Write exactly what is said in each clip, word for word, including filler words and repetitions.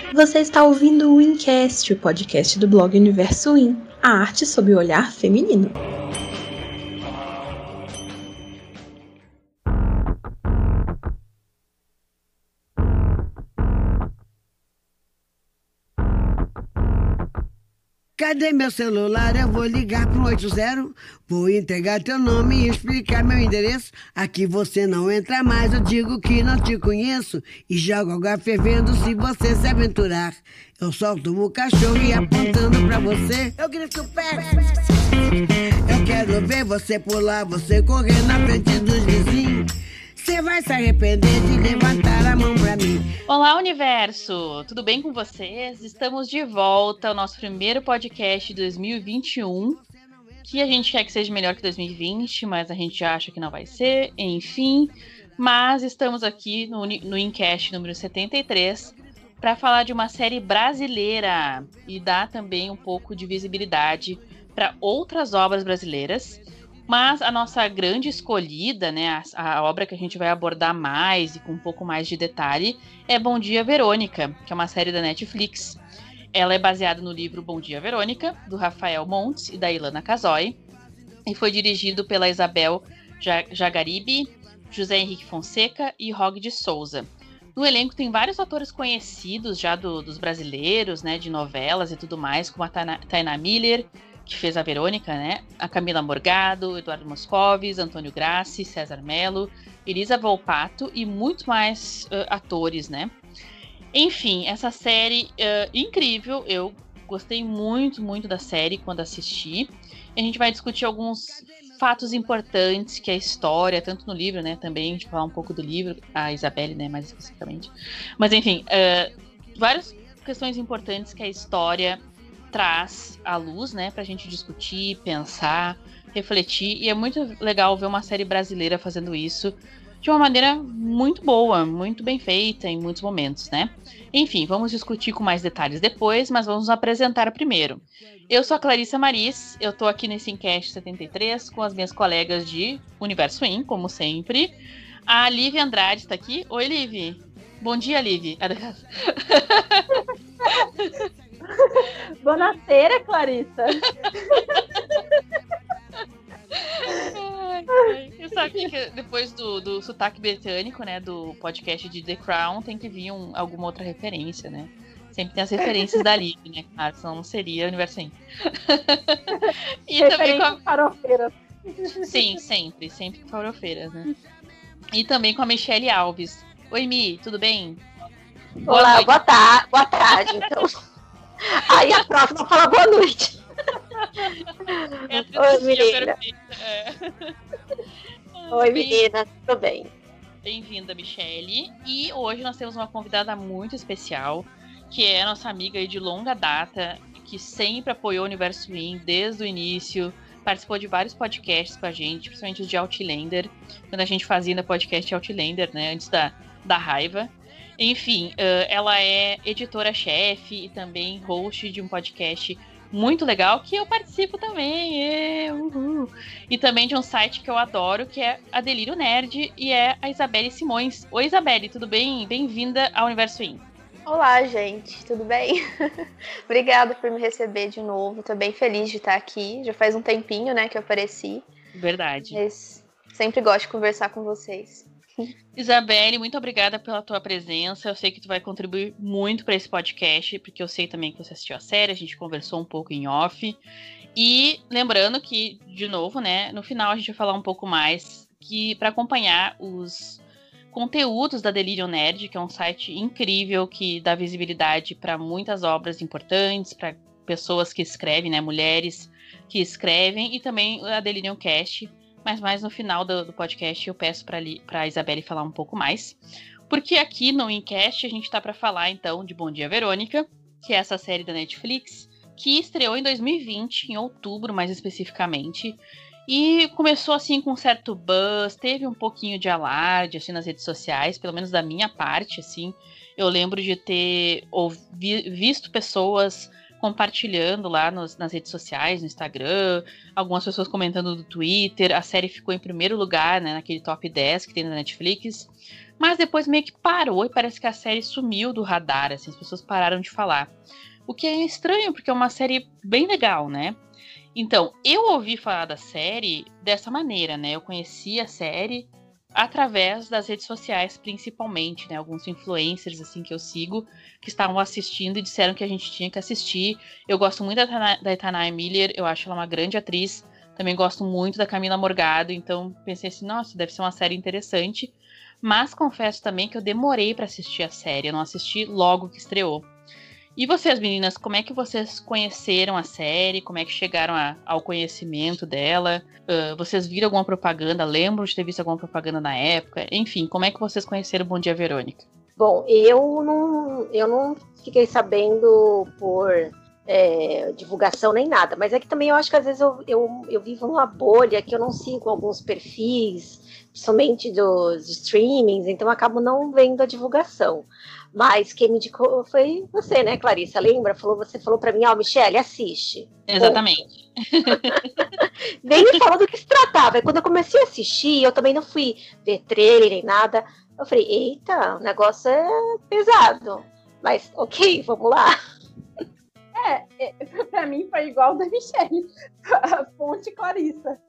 Você está ouvindo o Wincast, o podcast do blog Universo Win, a arte sob o olhar feminino. Cadê meu celular? Eu vou ligar pro oito zero. Vou entregar teu nome e explicar meu endereço. Aqui você não entra mais, eu digo que não te conheço. E jogo água fervendo se você se aventurar. Eu solto o cachorro e apontando pra você eu grito perto. Eu quero ver você pular, você correr na frente dos vizinhos. Você vai se arrepender de levantar a mão pra mim. Olá, Universo! Tudo bem com vocês? Estamos de volta ao nosso primeiro podcast de dois mil e vinte e um, que a gente quer que seja melhor que dois mil e vinte, mas a gente acha que não vai ser, enfim. Mas estamos aqui no, no Wincast número setenta e três para falar de uma série brasileira e dar também um pouco de visibilidade para outras obras brasileiras. Mas a nossa grande escolhida, né, a, a obra que a gente vai abordar mais e com um pouco mais de detalhe, é Bom Dia, Verônica, que é uma série da Netflix. Ela é baseada no livro Bom Dia, Verônica, do Rafael Montes e da Ilana Casoy, e foi dirigido pela Isabel Jagaribe, José Henrique Fonseca e Rog de Souza. No elenco tem vários atores conhecidos já do, dos brasileiros, né, de novelas e tudo mais, como a Tainá Miller, que fez a Verônica, né? A Camila Morgado, Eduardo Moscovis, Antônio Grassi, César Mello, Elisa Volpato e muitos mais uh, atores, né? Enfim, essa série uh, incrível, eu gostei muito, muito da série quando assisti. E a gente vai discutir alguns fatos importantes que a história, tanto no livro, né? Também a gente vai falar um pouco do livro, a Isabelle, né? Mais especificamente. Mas enfim, uh, várias questões importantes que a história traz à luz, né, pra gente discutir, pensar, refletir, e é muito legal ver uma série brasileira fazendo isso de uma maneira muito boa, muito bem feita em muitos momentos, né? Enfim, vamos discutir com mais detalhes depois, mas vamos nos apresentar primeiro. Eu sou a Clarissa Maris, eu tô aqui nesse Wincast setenta e três com as minhas colegas de Universo Win, como sempre. A Livi Andrade está aqui. Oi, Livi. Bom dia, Livi. Bonaceira, Clarissa. Ai, ai. Eu sabia que depois do, do sotaque britânico, né, do podcast de The Crown, tem que vir um, alguma outra referência, né? Sempre tem as referências da Liv, né? Claro, senão não seria Universo Win. E também com a... farofeiras. Sim, sempre, sempre farofeiras, né? E também com a Michelle Alves. Oi, Mi, tudo bem? Boa Olá, noite. boa, ta- boa tarde, então. Aí a próxima fala boa noite. É Oi, menina. É. Oi, bem, menina, tudo bem? Bem-vinda, Michelle. E hoje nós temos uma convidada muito especial, que é a nossa amiga aí de longa data, que sempre apoiou o Universo Win desde o início, participou de vários podcasts com a gente, principalmente os de Outlander, quando a gente fazia ainda podcast Outlander, né, antes da, da raiva. Enfim, uh, ela é editora-chefe e também host de um podcast muito legal, que eu participo também, é, uhul. E também de um site que eu adoro, que é a Delírio Nerd, e é a Isabelle Simões. Oi, Isabelle, tudo bem? Bem-vinda ao Universo Win. Olá, gente, tudo bem? Obrigada por me receber de novo, tô bem feliz de estar aqui, já faz um tempinho, né, que eu apareci. Verdade. Mas sempre gosto de conversar com vocês. Isabelle, muito obrigada pela tua presença. Eu sei que tu vai contribuir muito para esse podcast, porque eu sei também que você assistiu a série, a gente conversou um pouco em off. E lembrando que, de novo, né, no final a gente vai falar um pouco mais que para acompanhar os conteúdos da Delírio Nerd, que é um site incrível que dá visibilidade para muitas obras importantes, para pessoas que escrevem, né, mulheres que escrevem, e também a Delirium Cast. Mas mais no final do, do podcast eu peço para a Isabelle falar um pouco mais. Porque aqui no Wincast a gente está para falar então de Bom Dia, Verônica, que é essa série da Netflix, que estreou em dois mil e vinte, em outubro mais especificamente. E começou assim com um certo buzz, teve um pouquinho de alarde assim, nas redes sociais, pelo menos da minha parte. Assim, eu lembro de ter ouvi, visto pessoas compartilhando lá nos, nas redes sociais, no Instagram, algumas pessoas comentando no Twitter. A série ficou em primeiro lugar, né, naquele top dez que tem na Netflix, mas depois meio que parou e parece que a série sumiu do radar, assim, as pessoas pararam de falar. O que é estranho, porque é uma série bem legal, né? Então, eu ouvi falar da série dessa maneira, né? Eu conheci a série através das redes sociais, principalmente, né? Alguns influencers, assim, que eu sigo, que estavam assistindo e disseram que a gente tinha que assistir. Eu gosto muito da Itanaia Miller, eu acho ela uma grande atriz. Também gosto muito da Camila Morgado, então pensei assim, nossa, deve ser uma série interessante. Mas confesso também que eu demorei para assistir a série, eu não assisti logo que estreou. E vocês, meninas, como é que vocês conheceram a série? Como é que chegaram a, ao conhecimento dela? Uh, vocês viram alguma propaganda? Lembram de ter visto alguma propaganda na época? Enfim, como é que vocês conheceram Bom Dia, Verônica? Bom, eu não, eu não fiquei sabendo por é, divulgação nem nada, mas é que também eu acho que às vezes eu, eu, eu vivo numa bolha que eu não sigo alguns perfis, somente dos streamings, então eu acabo não vendo a divulgação. Mas quem me indicou foi você, né, Clarissa? Lembra? Falou, você falou pra mim, ó, oh, Michelle, assiste. Exatamente. Nem me falou do que se tratava. E quando eu comecei a assistir, eu também não fui ver trailer nem nada. Eu falei, eita, o negócio é pesado. Mas, ok, vamos lá. É, é pra mim foi igual da Michelle. A fonte Clarissa.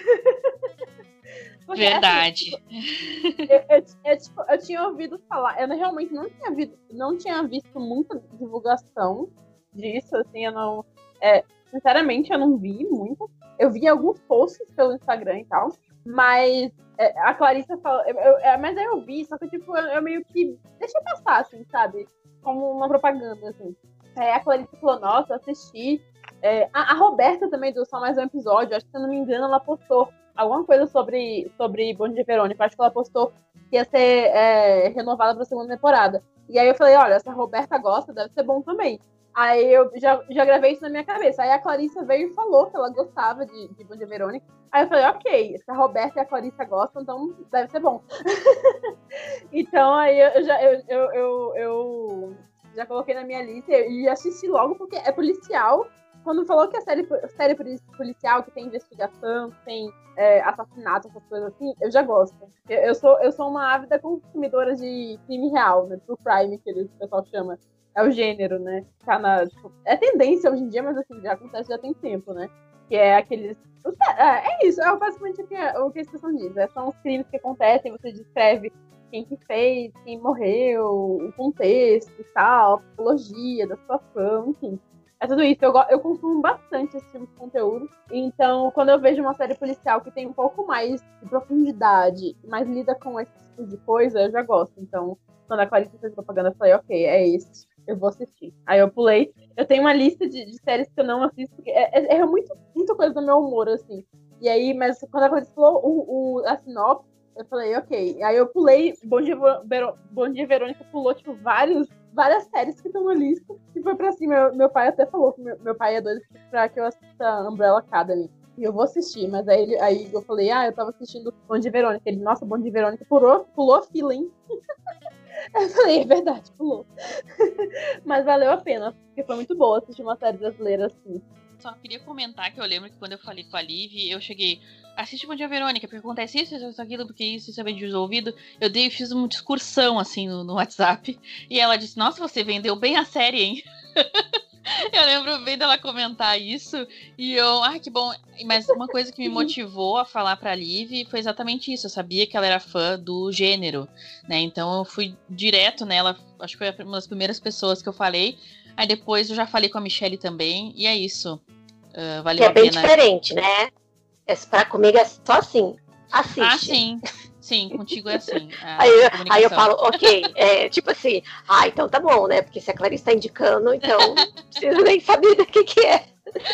Porque, verdade. Assim, eu, eu, eu, tipo, eu tinha ouvido falar, eu realmente não tinha, visto, não tinha visto muita divulgação disso, assim, eu não. É, sinceramente, eu não vi muito. Eu vi alguns posts pelo Instagram e tal, mas é, a Clarissa falou. Eu, eu, é, mas aí eu vi, só que tipo, eu, eu meio que deixei passar, assim, sabe? Como uma propaganda, assim. Aí a Clarissa falou, nossa, assisti. É, a, a Roberta também do Só Mais Um Episódio, acho que se eu não me engano, ela postou alguma coisa sobre, sobre Bom Dia, Verônica. Acho que ela postou que ia ser é, renovada para a segunda temporada. E aí eu falei, olha, se a Roberta gosta, deve ser bom também. Aí eu já, já gravei isso na minha cabeça. Aí a Clarissa veio e falou que ela gostava de, de Bom Dia, Verônica. Aí eu falei, ok, se a Roberta e a Clarissa gostam, então deve ser bom. Então aí eu já, eu, eu, eu, eu já coloquei na minha lista e assisti logo, porque é policial. Quando falou que a série, série policial, que tem investigação, que tem é, assassinato, essas coisas assim, eu já gosto. Eu, eu, sou, eu sou uma ávida consumidora de crime real, né? True crime, que o pessoal chama. É o gênero, né? Tá na, tipo, é tendência hoje em dia, mas assim, já acontece já tem tempo, né? Que é aqueles... É, é isso, é basicamente o que, o que a expressão diz. É, são os crimes que acontecem, você descreve quem que fez, quem morreu, o contexto e tal, a psicologia da situação, enfim. É tudo isso. Eu, eu consumo bastante esse tipo de conteúdo. Então, quando eu vejo uma série policial que tem um pouco mais de profundidade, mais lida com esse tipo de coisa, eu já gosto. Então, quando a Clarissa fez propaganda, eu falei, ok, é esse. Eu vou assistir. Aí eu pulei. Eu tenho uma lista de, de séries que eu não assisto, porque é, é, é muito, muita coisa do meu humor, assim. E aí, mas quando a Clarissa falou o, o, a sinopse, eu falei, ok. Aí eu pulei, Bom Dia, Verô, Bom Dia Verônica pulou, tipo, vários, várias séries que estão na lista. E foi pra cima. Meu, meu pai até falou que meu, meu pai é doido pra que eu assista Umbrella Academy. E eu vou assistir, mas aí, ele, aí eu falei, ah, eu tava assistindo Bom Dia Verônica. Ele, nossa, Bom Dia Verônica pulou, pulou a fila, hein? Eu falei, é verdade, pulou. Mas valeu a pena, porque foi muito boa assistir uma série brasileira assim. Só queria comentar que eu lembro que quando eu falei com a Liv, eu cheguei, assiste Bom Dia, Verônica, porque acontece isso, isso, aquilo, porque isso, isso é bem resolvido. Eu dei, fiz uma discursão, assim, no, no WhatsApp, e ela disse, nossa, você vendeu bem a série, hein? Eu lembro bem dela comentar isso, e eu, ah, que bom. Mas uma coisa que me motivou a falar pra Liv foi exatamente isso. Eu sabia que ela era fã do gênero, né? Então eu fui direto nela, acho que foi uma das primeiras pessoas que eu falei. Aí depois eu já falei com a Michelle também, e é isso. Uh, valeu que é a bem pena. diferente, né? É, pra comigo é só assim, assiste. Ah, sim. Sim, contigo é assim. Aí, aí eu falo, ok, é, tipo assim, ah, então tá bom, né? Porque se a Clarice tá indicando, então não preciso nem saber do que que é.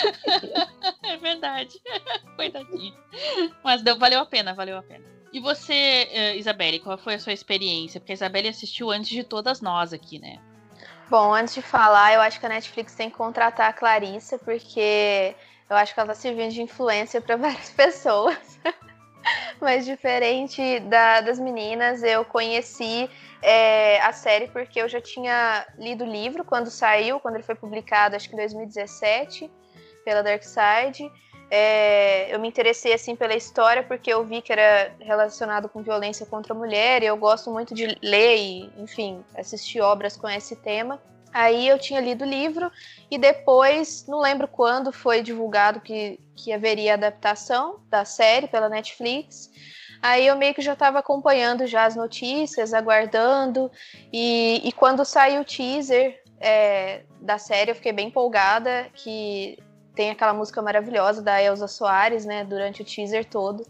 É verdade. Coitadinho. Mas deu, valeu a pena, valeu a pena. E você, uh, Isabelle, qual foi a sua experiência? Porque a Isabelle assistiu antes de todas nós aqui, né? Bom, antes de falar, eu acho que a Netflix tem que contratar a Clarissa, porque eu acho que ela tá servindo de influência para várias pessoas. Mas diferente da, das meninas, eu conheci é, a série porque eu já tinha lido o livro quando saiu, quando ele foi publicado, acho que em dois mil e dezessete, pela Dark Side. É, eu me interessei assim pela história porque eu vi que era relacionado com violência contra a mulher, e eu gosto muito de ler e, enfim, assistir obras com esse tema. Aí eu tinha lido o livro e depois, não lembro quando foi divulgado que, que haveria adaptação da série pela Netflix. Aí eu meio que já estava acompanhando já as notícias, aguardando, e, e quando saiu o teaser é, da série eu fiquei bem empolgada, que tem aquela música maravilhosa da Elza Soares, né, durante o teaser todo,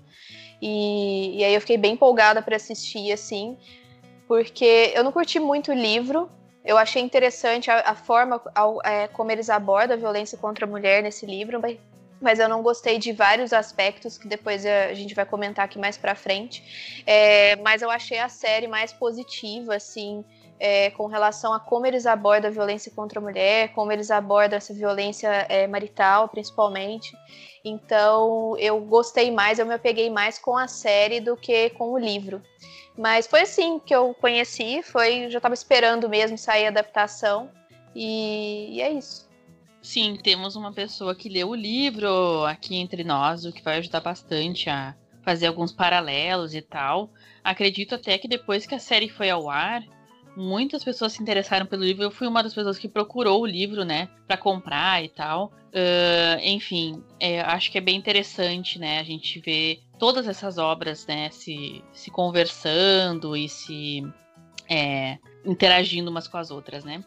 e, e aí eu fiquei bem empolgada para assistir, assim, porque eu não curti muito o livro, eu achei interessante a, a forma ao, é, como eles abordam a violência contra a mulher nesse livro, mas mas eu não gostei de vários aspectos que depois a gente vai comentar aqui mais pra frente. É, mas eu achei a série mais positiva, assim, é, com relação a como eles abordam a violência contra a mulher, como eles abordam essa violência é, marital, principalmente. Então, eu gostei mais, eu me apeguei mais com a série do que com o livro. Mas foi assim que eu conheci, foi, eu já estava esperando mesmo sair a adaptação, e, e é isso. Sim, temos uma pessoa que leu o livro aqui entre nós, o que vai ajudar bastante a fazer alguns paralelos e tal. Acredito até que depois que a série foi ao ar, muitas pessoas se interessaram pelo livro. Eu fui uma das pessoas que procurou o livro, né, pra comprar e tal. Uh, enfim, é, acho que é bem interessante, né, a gente ver todas essas obras, né, se, se conversando e se é, interagindo umas com as outras, né.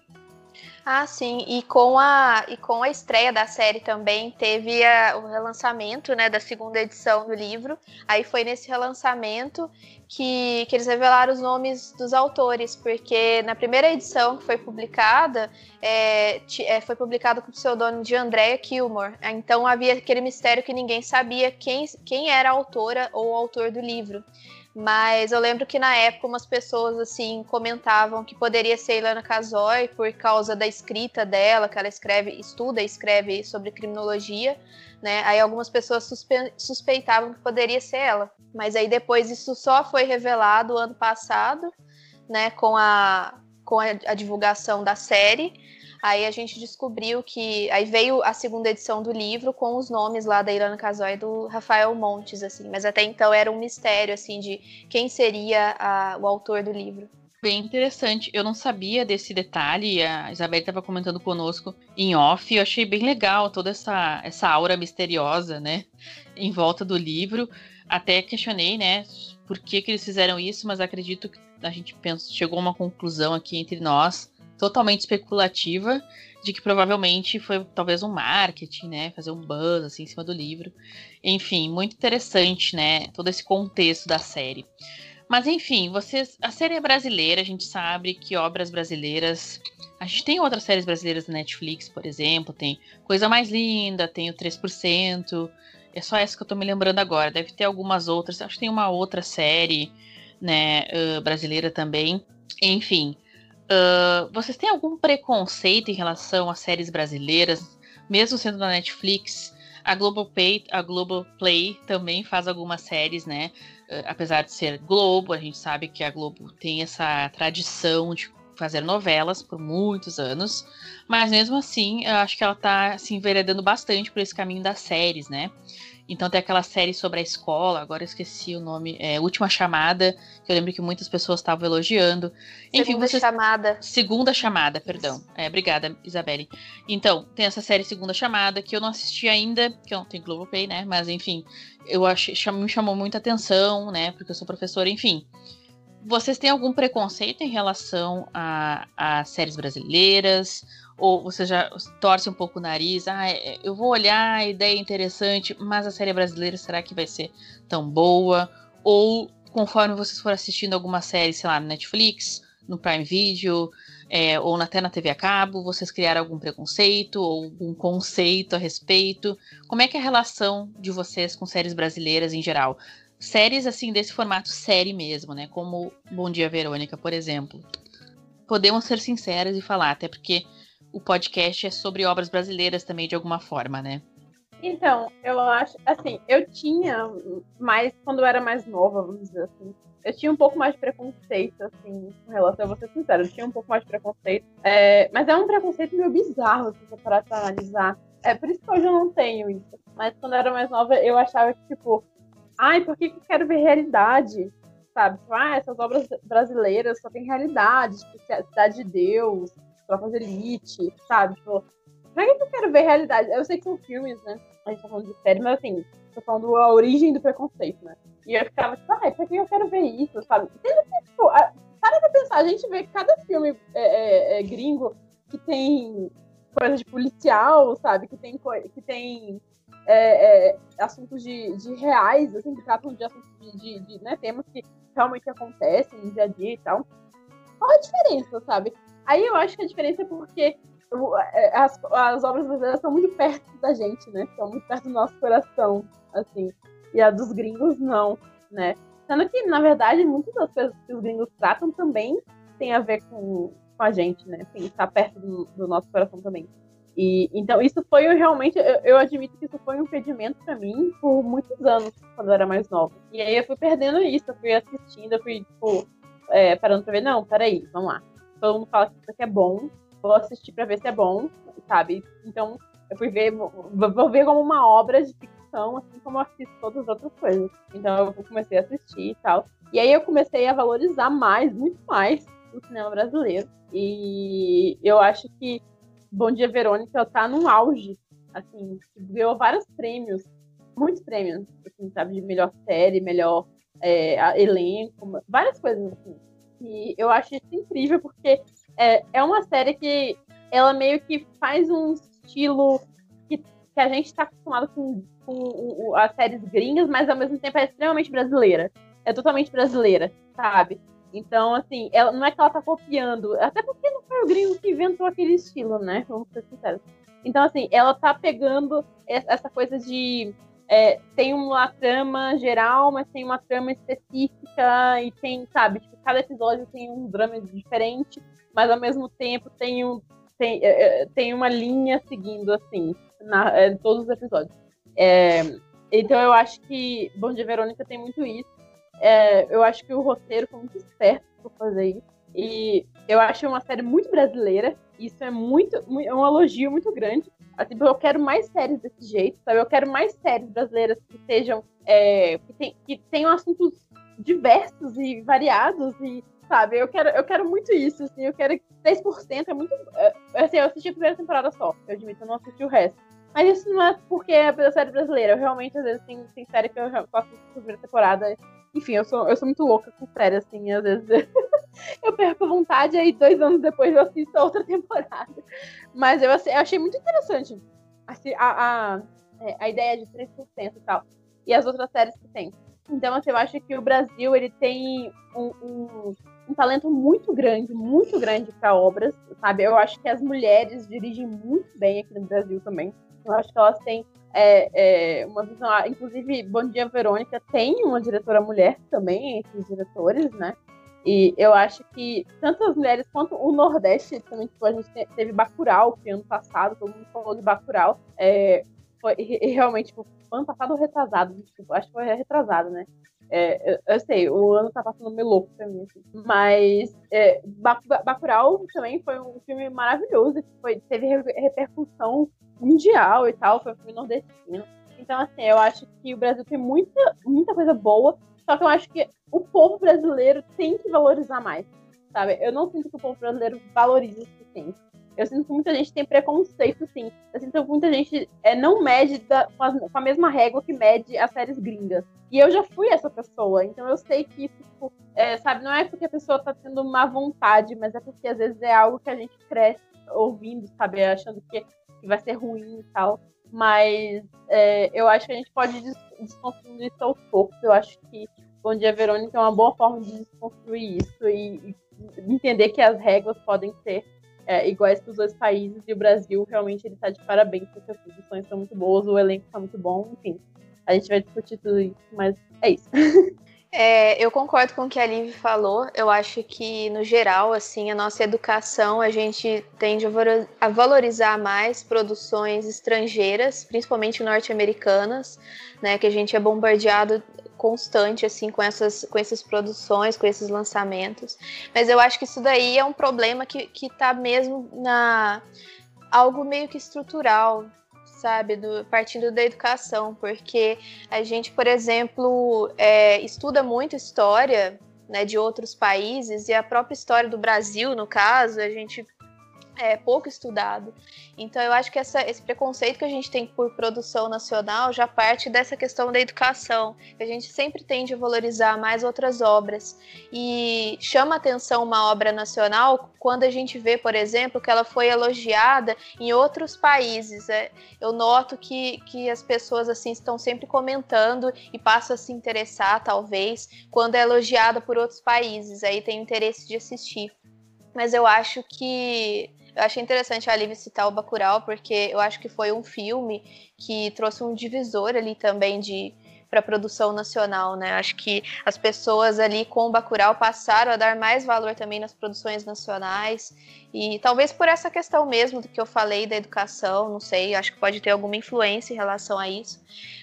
Ah, sim, e com a, e com a estreia da série também teve a, o relançamento, né, da segunda edição do livro. Aí foi nesse relançamento que, que eles revelaram os nomes dos autores, porque na primeira edição que foi publicada, é, é, foi publicada com o pseudônimo de Andrea Kilmore. Então havia aquele mistério que ninguém sabia quem, quem era a autora ou o autor do livro. Mas eu lembro que na época umas pessoas assim comentavam que poderia ser Ilana Kazoy por causa da escrita dela, que ela escreve, estuda e escreve sobre criminologia, né? Aí algumas pessoas suspe- suspeitavam que poderia ser ela. Mas aí depois isso só foi revelado ano passado, né? Com a, com a, a divulgação da série. Aí a gente descobriu que... Aí veio a segunda edição do livro com os nomes lá da Ilana Kazoy e do Rafael Montes, assim. Mas até então era um mistério, assim, de quem seria a, o autor do livro. Bem interessante. Eu não sabia desse detalhe. A Isabelle estava comentando conosco em off. Eu achei bem legal toda essa, essa aura misteriosa, né? Em volta do livro. Até questionei, né? Por que que eles fizeram isso, mas acredito que a gente pensa, chegou a uma conclusão aqui entre nós totalmente especulativa, de que provavelmente foi talvez um marketing, né, fazer um buzz assim em cima do livro. Enfim, muito interessante, né, todo esse contexto da série. Mas enfim, vocês, a série é brasileira, a gente sabe que obras brasileiras, a gente tem outras séries brasileiras da Netflix, por exemplo, tem Coisa Mais Linda, tem o três por cento, é só essa que eu tô me lembrando agora, deve ter algumas outras, acho que tem uma outra série, né, uh, brasileira também, enfim. Uh, vocês têm algum preconceito em relação às séries brasileiras, mesmo sendo na Netflix? A Globoplay, a Globoplay também faz algumas séries, né? Uh, apesar de ser Globo, a gente sabe que a Globo tem essa tradição de fazer novelas por muitos anos, mas mesmo assim, eu acho que ela tá se enveredando bastante por esse caminho das séries, né? Então tem aquela série sobre a escola, agora eu esqueci o nome, é Última Chamada, que eu lembro que muitas pessoas estavam elogiando. Enfim, Segunda vocês... Chamada. Segunda Chamada, perdão. É, obrigada, Isabelle. Então, tem essa série Segunda Chamada, que eu não assisti ainda, que eu não tenho Globoplay, né? Mas enfim, eu achei, me chamou muita atenção, né? Porque eu sou professora, enfim. Vocês têm algum preconceito em relação a, a séries brasileiras? Ou você já torce um pouco o nariz? Ah, eu vou olhar, a ideia é interessante, mas a série brasileira, será que vai ser tão boa? Ou, conforme vocês forem assistindo alguma série, sei lá, no Netflix, no Prime Video, é, ou até na T V a cabo, vocês criaram algum preconceito ou algum conceito a respeito? Como é que é a relação de vocês com séries brasileiras em geral? Séries, assim, desse formato série mesmo, né? Como Bom Dia, Verônica, por exemplo. Podemos ser sinceras e falar, até porque o podcast é sobre obras brasileiras também, de alguma forma, né? Então, eu acho, assim, eu tinha mais, quando eu era mais nova, vamos dizer assim, eu tinha um pouco mais de preconceito, assim, com relação, eu vou ser sincera, eu tinha um pouco mais de preconceito, é, mas é um preconceito meio bizarro, se você parar pra analisar. É por isso que hoje eu não tenho isso. Mas quando eu era mais nova, eu achava que, tipo, ai, por que, que eu quero ver realidade? Sabe? Tipo, ah, essas obras brasileiras só tem realidade, tipo, Cidade de Deus, Tropas de Elite, sabe? Tipo, por que, que eu quero ver realidade? Eu sei que são filmes, né? A gente tá falando de série, mas assim, tô falando a origem do preconceito, né? E eu ficava, tipo, ai, por que eu quero ver isso, sabe? Sendo que, tipo, a, para pra pensar, a gente vê cada filme é, é, é, gringo que tem coisa de policial, sabe? Que tem, que tem é, é, assuntos de, de reais, assim, que tratam de assuntos de, de, de né, temas que realmente acontecem no dia a dia e tal. Qual a diferença, sabe? Aí eu acho que a diferença é porque as, as obras brasileiras estão muito perto da gente, né? Estão muito perto do nosso coração, assim. E a dos gringos, não, né? Sendo que, na verdade, muitas das coisas que os gringos tratam também tem a ver com, com a gente, né? Assim, está perto do, do nosso coração também. E, então, isso foi realmente... Eu, eu admito que isso foi um impedimento para mim por muitos anos, quando eu era mais nova. E aí eu fui perdendo isso, eu fui assistindo, eu fui, tipo, é, parando pra ver. Não, peraí, vamos lá. Todo mundo fala que isso aqui é bom, vou assistir pra ver se é bom, sabe? Então, eu fui ver... Vou, vou ver como uma obra de ficção, assim como eu assisto todas as outras coisas. Então, eu comecei a assistir e tal. E aí eu comecei a valorizar mais, muito mais, o cinema brasileiro. E eu acho que Bom Dia, Verônica tá num auge, assim, ganhou vários prêmios, muitos prêmios, assim, sabe, de melhor série, melhor é, elenco, várias coisas, assim. E eu acho isso incrível, porque é, é uma série que ela meio que faz um estilo que, que a gente tá acostumado com, com as séries gringas, mas ao mesmo tempo é extremamente brasileira. É totalmente brasileira, sabe? Então, assim, ela, não é que ela tá copiando, até porque não foi o gringo que inventou aquele estilo, né? Vamos ser sinceros. Então, assim, ela tá pegando essa coisa de... É, tem uma trama geral, mas tem uma trama específica e tem, sabe, tipo, cada episódio tem um drama diferente, mas ao mesmo tempo tem, um, tem, é, tem uma linha seguindo, assim, na, é, todos os episódios. É, então, eu acho que Bom Dia, Verônica tem muito isso. É, eu acho que o roteiro foi muito esperto por fazer isso. E eu acho uma série muito brasileira. Isso é muito, é um elogio muito grande. Assim, eu quero mais séries desse jeito, sabe? Eu quero mais séries brasileiras que sejam é, que, tem, que tenham assuntos diversos e variados e, sabe? Eu quero, eu quero muito isso, assim. Eu quero que três por cento é muito... Assim, eu assisti a primeira temporada só, eu admito, eu não assisti o resto. Mas isso não é porque é a série brasileira. Eu realmente, às vezes, tem, tem série que eu assisto a primeira temporada. Enfim, eu sou, eu sou muito louca com série, assim, às vezes eu perco vontade, aí dois anos depois eu assisto a outra temporada. Mas eu, eu achei muito interessante assim, a, a, a ideia de três por cento e tal, e as outras séries que tem. Então, assim, eu acho que o Brasil, ele tem um, um, um talento muito grande, muito grande para obras, sabe? Eu acho que as mulheres dirigem muito bem aqui no Brasil também. Eu acho que elas têm É, é, uma visão, inclusive Bom Dia, Verônica tem uma diretora mulher também entre os diretores, né? E eu acho que tanto as mulheres quanto o Nordeste também, tipo, a gente teve Bacurau, que ano passado, todo mundo falou de Bacurau, é, foi e realmente, tipo, ano passado ou retrasado, tipo, acho que foi retrasado, né? É, eu, eu sei, o ano tá passando meio louco pra mim, assim. Mas é, Bacurau também foi um filme maravilhoso, foi, teve repercussão mundial e tal, foi um filme nordestino. Então, assim, eu acho que o Brasil tem muita, muita coisa boa, só que eu acho que o povo brasileiro tem que valorizar mais, sabe? Eu não sinto que o povo brasileiro valoriza o suficiente. Eu sinto que muita gente tem preconceito, sim. Eu sinto que muita gente é, não mede da, com, as, com a mesma régua que mede as séries gringas. E eu já fui essa pessoa, então eu sei que isso, tipo, é, sabe, não é porque a pessoa tá tendo má vontade, mas é porque às vezes é algo que a gente cresce ouvindo, sabe, achando que, que vai ser ruim e tal. Mas é, eu acho que a gente pode desconstruir isso aos poucos. Eu acho que Bom Dia, Verônica é uma boa forma de desconstruir isso e, e entender que as regras podem ser é, iguais para os dois países, e o Brasil realmente ele está de parabéns, porque as produções são muito boas, o elenco está muito bom, enfim. A gente vai discutir tudo isso, mas é isso. É, eu concordo com o que a Liv falou. Eu acho que, no geral, assim, a nossa educação, a gente tende a valorizar mais produções estrangeiras, principalmente norte-americanas, né, que a gente é bombardeado constante, assim, com essas, com essas produções, com esses lançamentos. Mas eu acho que isso daí é um problema que, que tá mesmo na... algo meio que estrutural, sabe? Do, partindo da educação, porque a gente, por exemplo, é, estuda muito história, né, de outros países, e a própria história do Brasil, no caso, a gente é pouco estudado. Então eu acho que essa, esse preconceito que a gente tem por produção nacional já parte dessa questão da educação, que a gente sempre tende a valorizar mais outras obras, e chama atenção uma obra nacional quando a gente vê, por exemplo, que ela foi elogiada em outros países. É, eu noto que, que as pessoas assim estão sempre comentando e passam a se interessar, talvez, quando é elogiada por outros países, aí tem interesse de assistir. Mas eu acho que Eu achei interessante a Lívia citar o Bacurau, porque eu acho que foi um filme que trouxe um divisor ali também de para a produção nacional, né? Acho que as pessoas ali com o Bacurau passaram a dar mais valor também nas produções nacionais, e talvez por essa questão mesmo do que eu falei da educação, não sei, acho que pode ter alguma influência em relação a isso,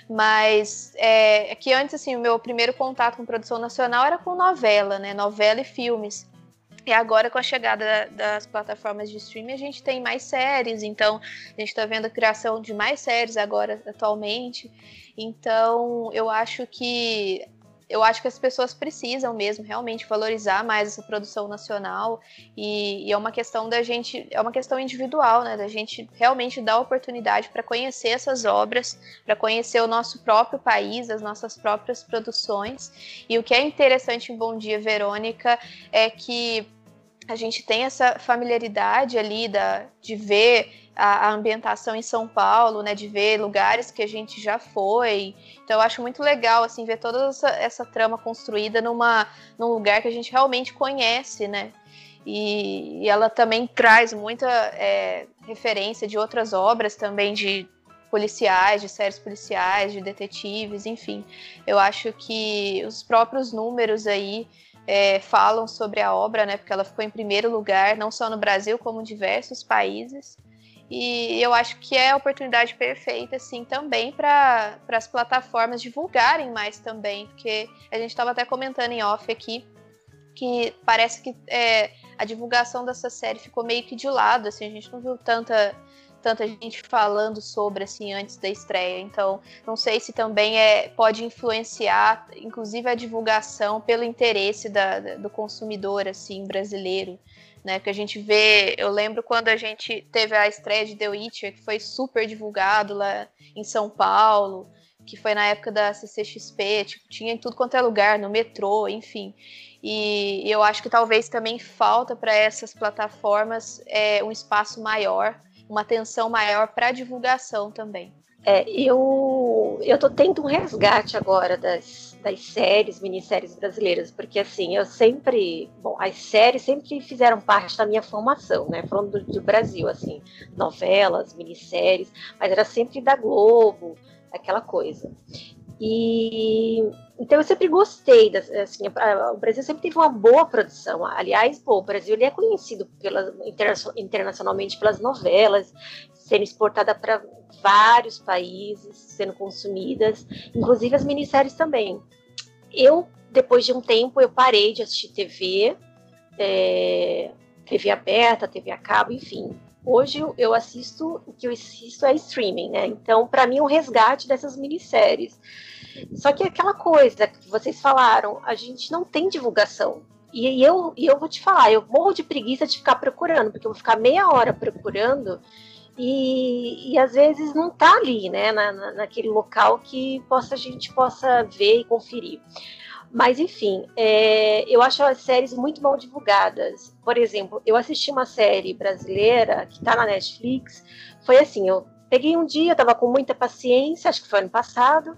mas é, é que antes, assim, o meu primeiro contato com produção nacional era com novela, né? Novela e filmes. E agora, com a chegada das plataformas de streaming, a gente tem mais séries, então a gente está vendo a criação de mais séries agora, atualmente. Então, eu acho que eu acho que as pessoas precisam mesmo realmente valorizar mais essa produção nacional, e, e é uma questão da gente, é uma questão individual, né? Da gente realmente dar oportunidade para conhecer essas obras, para conhecer o nosso próprio país, as nossas próprias produções. E o que é interessante em Bom Dia, Verônica, é que a gente tem essa familiaridade ali da, de ver a, a ambientação em São Paulo, né, de ver lugares que a gente já foi. Então eu acho muito legal assim, ver toda essa, essa trama construída numa, num lugar que a gente realmente conhece, né? E, e ela também traz muita é, referência de outras obras também, de policiais, de séries policiais, de detetives, enfim. Eu acho que os próprios números aí É, falam sobre a obra, né, porque ela ficou em primeiro lugar, não só no Brasil, como em diversos países. E eu acho que é a oportunidade perfeita, assim, também para as plataformas divulgarem mais também, porque a gente estava até comentando em off aqui, que parece que é, a divulgação dessa série ficou meio que de lado, assim, a gente não viu tanta... tanta gente falando sobre, assim, antes da estreia. Então, não sei se também é, pode influenciar, inclusive, a divulgação pelo interesse da, da, do consumidor, assim, brasileiro, né? Porque a gente vê, eu lembro quando a gente teve a estreia de The Witcher, que foi super divulgado lá em São Paulo, que foi na época da C C X P, tipo, tinha em tudo quanto é lugar, no metrô, enfim. E, e eu acho que talvez também falta para essas plataformas é, um espaço maior, uma atenção maior para a divulgação também. É, eu, eu tô tendo um resgate agora das, das séries, minisséries brasileiras, porque assim, eu sempre, bom, as séries sempre fizeram parte da minha formação, né, falando do, do Brasil, assim, novelas, minisséries, mas era sempre da Globo, aquela coisa. E então eu sempre gostei, das, assim, a, o Brasil sempre teve uma boa produção. Aliás, pô, o Brasil ele é conhecido pela, internacionalmente pelas novelas, sendo exportada para vários países, sendo consumidas, inclusive as minisséries também. Eu, depois de um tempo, eu parei de assistir T V, é, T V aberta, T V a cabo, enfim. Hoje eu assisto, o que eu assisto é streaming, né? Então, para mim, é um resgate dessas minisséries. Só que é aquela coisa que vocês falaram, a gente não tem divulgação. E eu, e eu vou te falar, eu morro de preguiça de ficar procurando, porque eu vou ficar meia hora procurando e, e às vezes não tá ali, né? Na, na, naquele local que possa, a gente possa ver e conferir. Mas, enfim, é, eu acho as séries muito mal divulgadas. Por exemplo, eu assisti uma série brasileira que está na Netflix. Foi assim, eu peguei um dia, estava com muita paciência, acho que foi ano passado,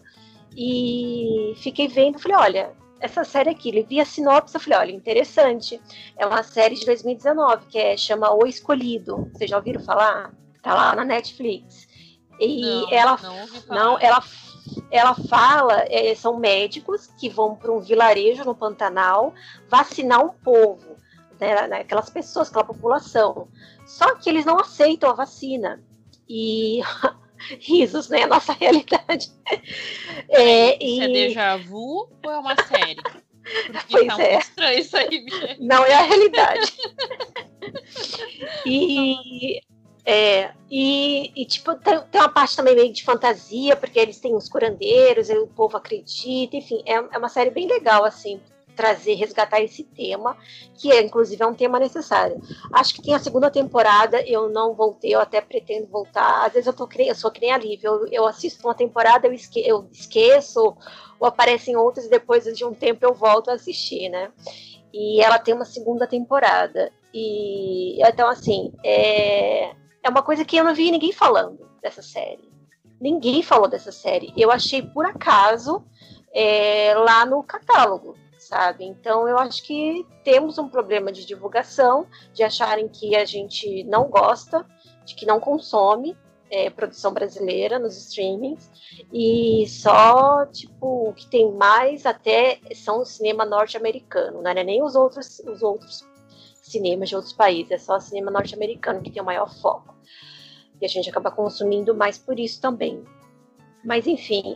e fiquei vendo, falei, olha, essa série aqui, eu vi a sinopse, eu falei, olha, interessante. É uma série de dois mil e dezenove, que é, chama O Escolhido. Vocês já ouviram falar? Tá lá na Netflix. E não, ela, não ouvi falar. Não, ela... Ela fala, é, são médicos que vão para um vilarejo no Pantanal vacinar um povo, né, aquelas pessoas, aquela população. Só que eles não aceitam a vacina. E risos, né? A nossa realidade. É, e... é déjà vu ou é uma série? Porque pois tá é. muito estranho isso aí, gente. Não é a realidade. e... É, e, e tipo, tem, tem uma parte também meio de fantasia, porque eles têm os curandeiros, e o povo acredita, enfim, é, é uma série bem legal, assim, trazer, resgatar esse tema, que é, inclusive, é um tema necessário. Acho que tem a segunda temporada, eu não voltei, eu até pretendo voltar, às vezes eu, tô, eu sou que nem a Lívia, eu, eu assisto uma temporada, eu, esque, eu esqueço, ou aparecem outras, e depois de um tempo eu volto a assistir, né? E ela tem uma segunda temporada, e então, assim, é... É uma coisa que eu não vi ninguém falando dessa série. Ninguém falou dessa série. Eu achei por acaso é, lá no catálogo, sabe? Então eu acho que temos um problema de divulgação, de acharem que a gente não gosta, de que não consome é, produção brasileira nos streamings. E só, tipo, o que tem mais até são o cinema norte-americano, não é nem os outros, os outros cinemas de outros países, é só o cinema norte-americano que tem o maior foco. E a gente acaba consumindo mais por isso também. Mas, enfim,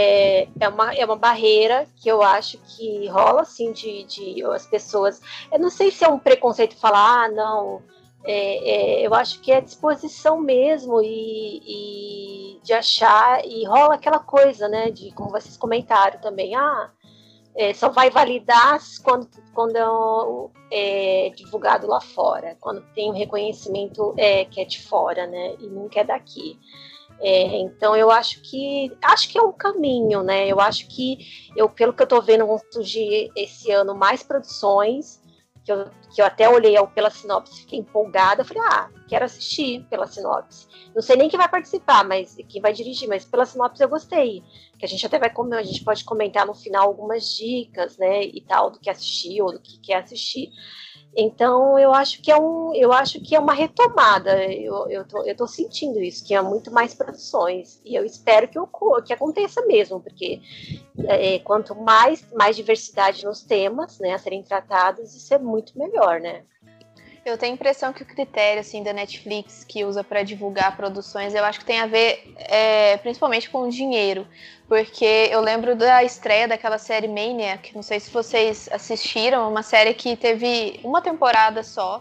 é, é, uma, é uma barreira que eu acho que rola, assim, de, de as pessoas... Eu não sei se é um preconceito falar, ah, não... É, é, eu acho que é disposição mesmo e, e de achar... E rola aquela coisa, né, de como vocês comentaram também, ah... É, só vai validar quando, quando é divulgado lá fora, quando tem um reconhecimento é, que é de fora, né, e nunca é daqui. É, então eu acho que acho que é um caminho, né? Eu acho que eu, pelo que eu tô vendo, vão surgir esse ano mais produções. Que eu, que eu até olhei pela sinopse, fiquei empolgada, falei, ah, quero assistir pela sinopse. Não sei nem quem vai participar, mas quem vai dirigir, mas pela sinopse eu gostei. Que a gente até vai a gente pode comentar no final algumas dicas, né, e tal, do que assistir ou do que quer assistir. Então eu acho que é um, eu acho que é uma retomada. Eu, eu, tô, eu tô sentindo isso, que há muito mais produções. E eu espero que, ocorra, que aconteça mesmo, porque é, quanto mais, mais diversidade nos temas, né, a serem tratados, isso é muito melhor, né? Eu tenho a impressão que o critério assim, da Netflix que usa para divulgar produções, eu acho que tem a ver é, principalmente com o dinheiro. Porque eu lembro da estreia daquela série Maniac, não sei se vocês assistiram, uma série que teve uma temporada só.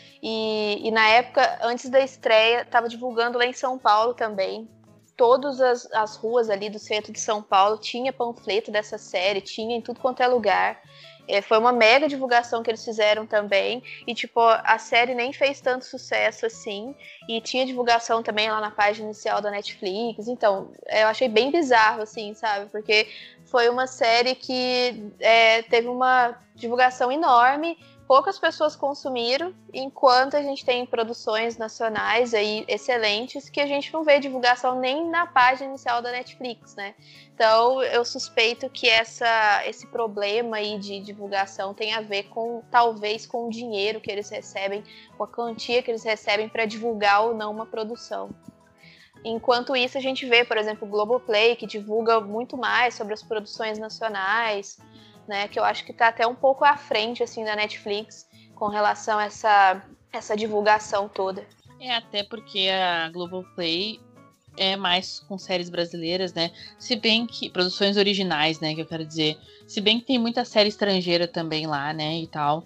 E, e na época, antes da estreia, estava divulgando lá em São Paulo também. Todas as, as ruas ali do centro de São Paulo tinha panfleto dessa série, tinha em tudo quanto é lugar. É, foi uma mega divulgação que eles fizeram também. E, tipo, a série nem fez tanto sucesso assim. E tinha divulgação também lá na página inicial da Netflix. Então, eu achei bem bizarro, assim, sabe? Porque foi uma série que é, teve uma divulgação enorme. Poucas pessoas consumiram, enquanto a gente tem produções nacionais aí excelentes que a gente não vê divulgação nem na página inicial da Netflix, né? Então, eu suspeito que essa, esse problema aí de divulgação tem a ver com, talvez, com o dinheiro que eles recebem, com a quantia que eles recebem para divulgar ou não uma produção. Enquanto isso, a gente vê, por exemplo, o Globoplay, que divulga muito mais sobre as produções nacionais, né, que eu acho que está até um pouco à frente assim, da Netflix com relação a essa, essa divulgação toda. É, até porque a Globoplay é mais com séries brasileiras, né? Se bem que... Produções originais, né? Que eu quero dizer. Se bem que tem muita série estrangeira também lá, né? E tal.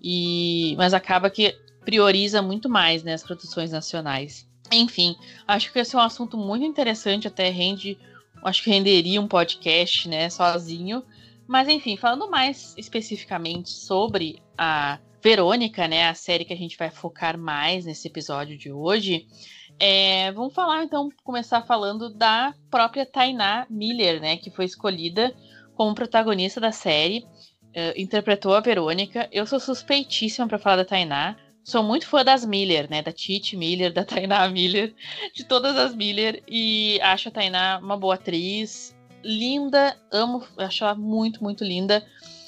E, mas acaba que prioriza muito mais, né? As produções nacionais. Enfim, acho que esse é um assunto muito interessante. Até rende... Acho que renderia um podcast, né? Sozinho. Mas, enfim, falando mais especificamente sobre a Verônica, né, a série que a gente vai focar mais nesse episódio de hoje, é, vamos falar, então, começar falando da própria Tainá Miller, né, que foi escolhida como protagonista da série, uh, interpretou a Verônica. Eu sou suspeitíssima para falar da Tainá, sou muito fã das Miller, né, da Titi Miller, da Tainá Miller, de todas as Miller, e acho a Tainá uma boa atriz, linda, amo, acho ela muito, muito linda.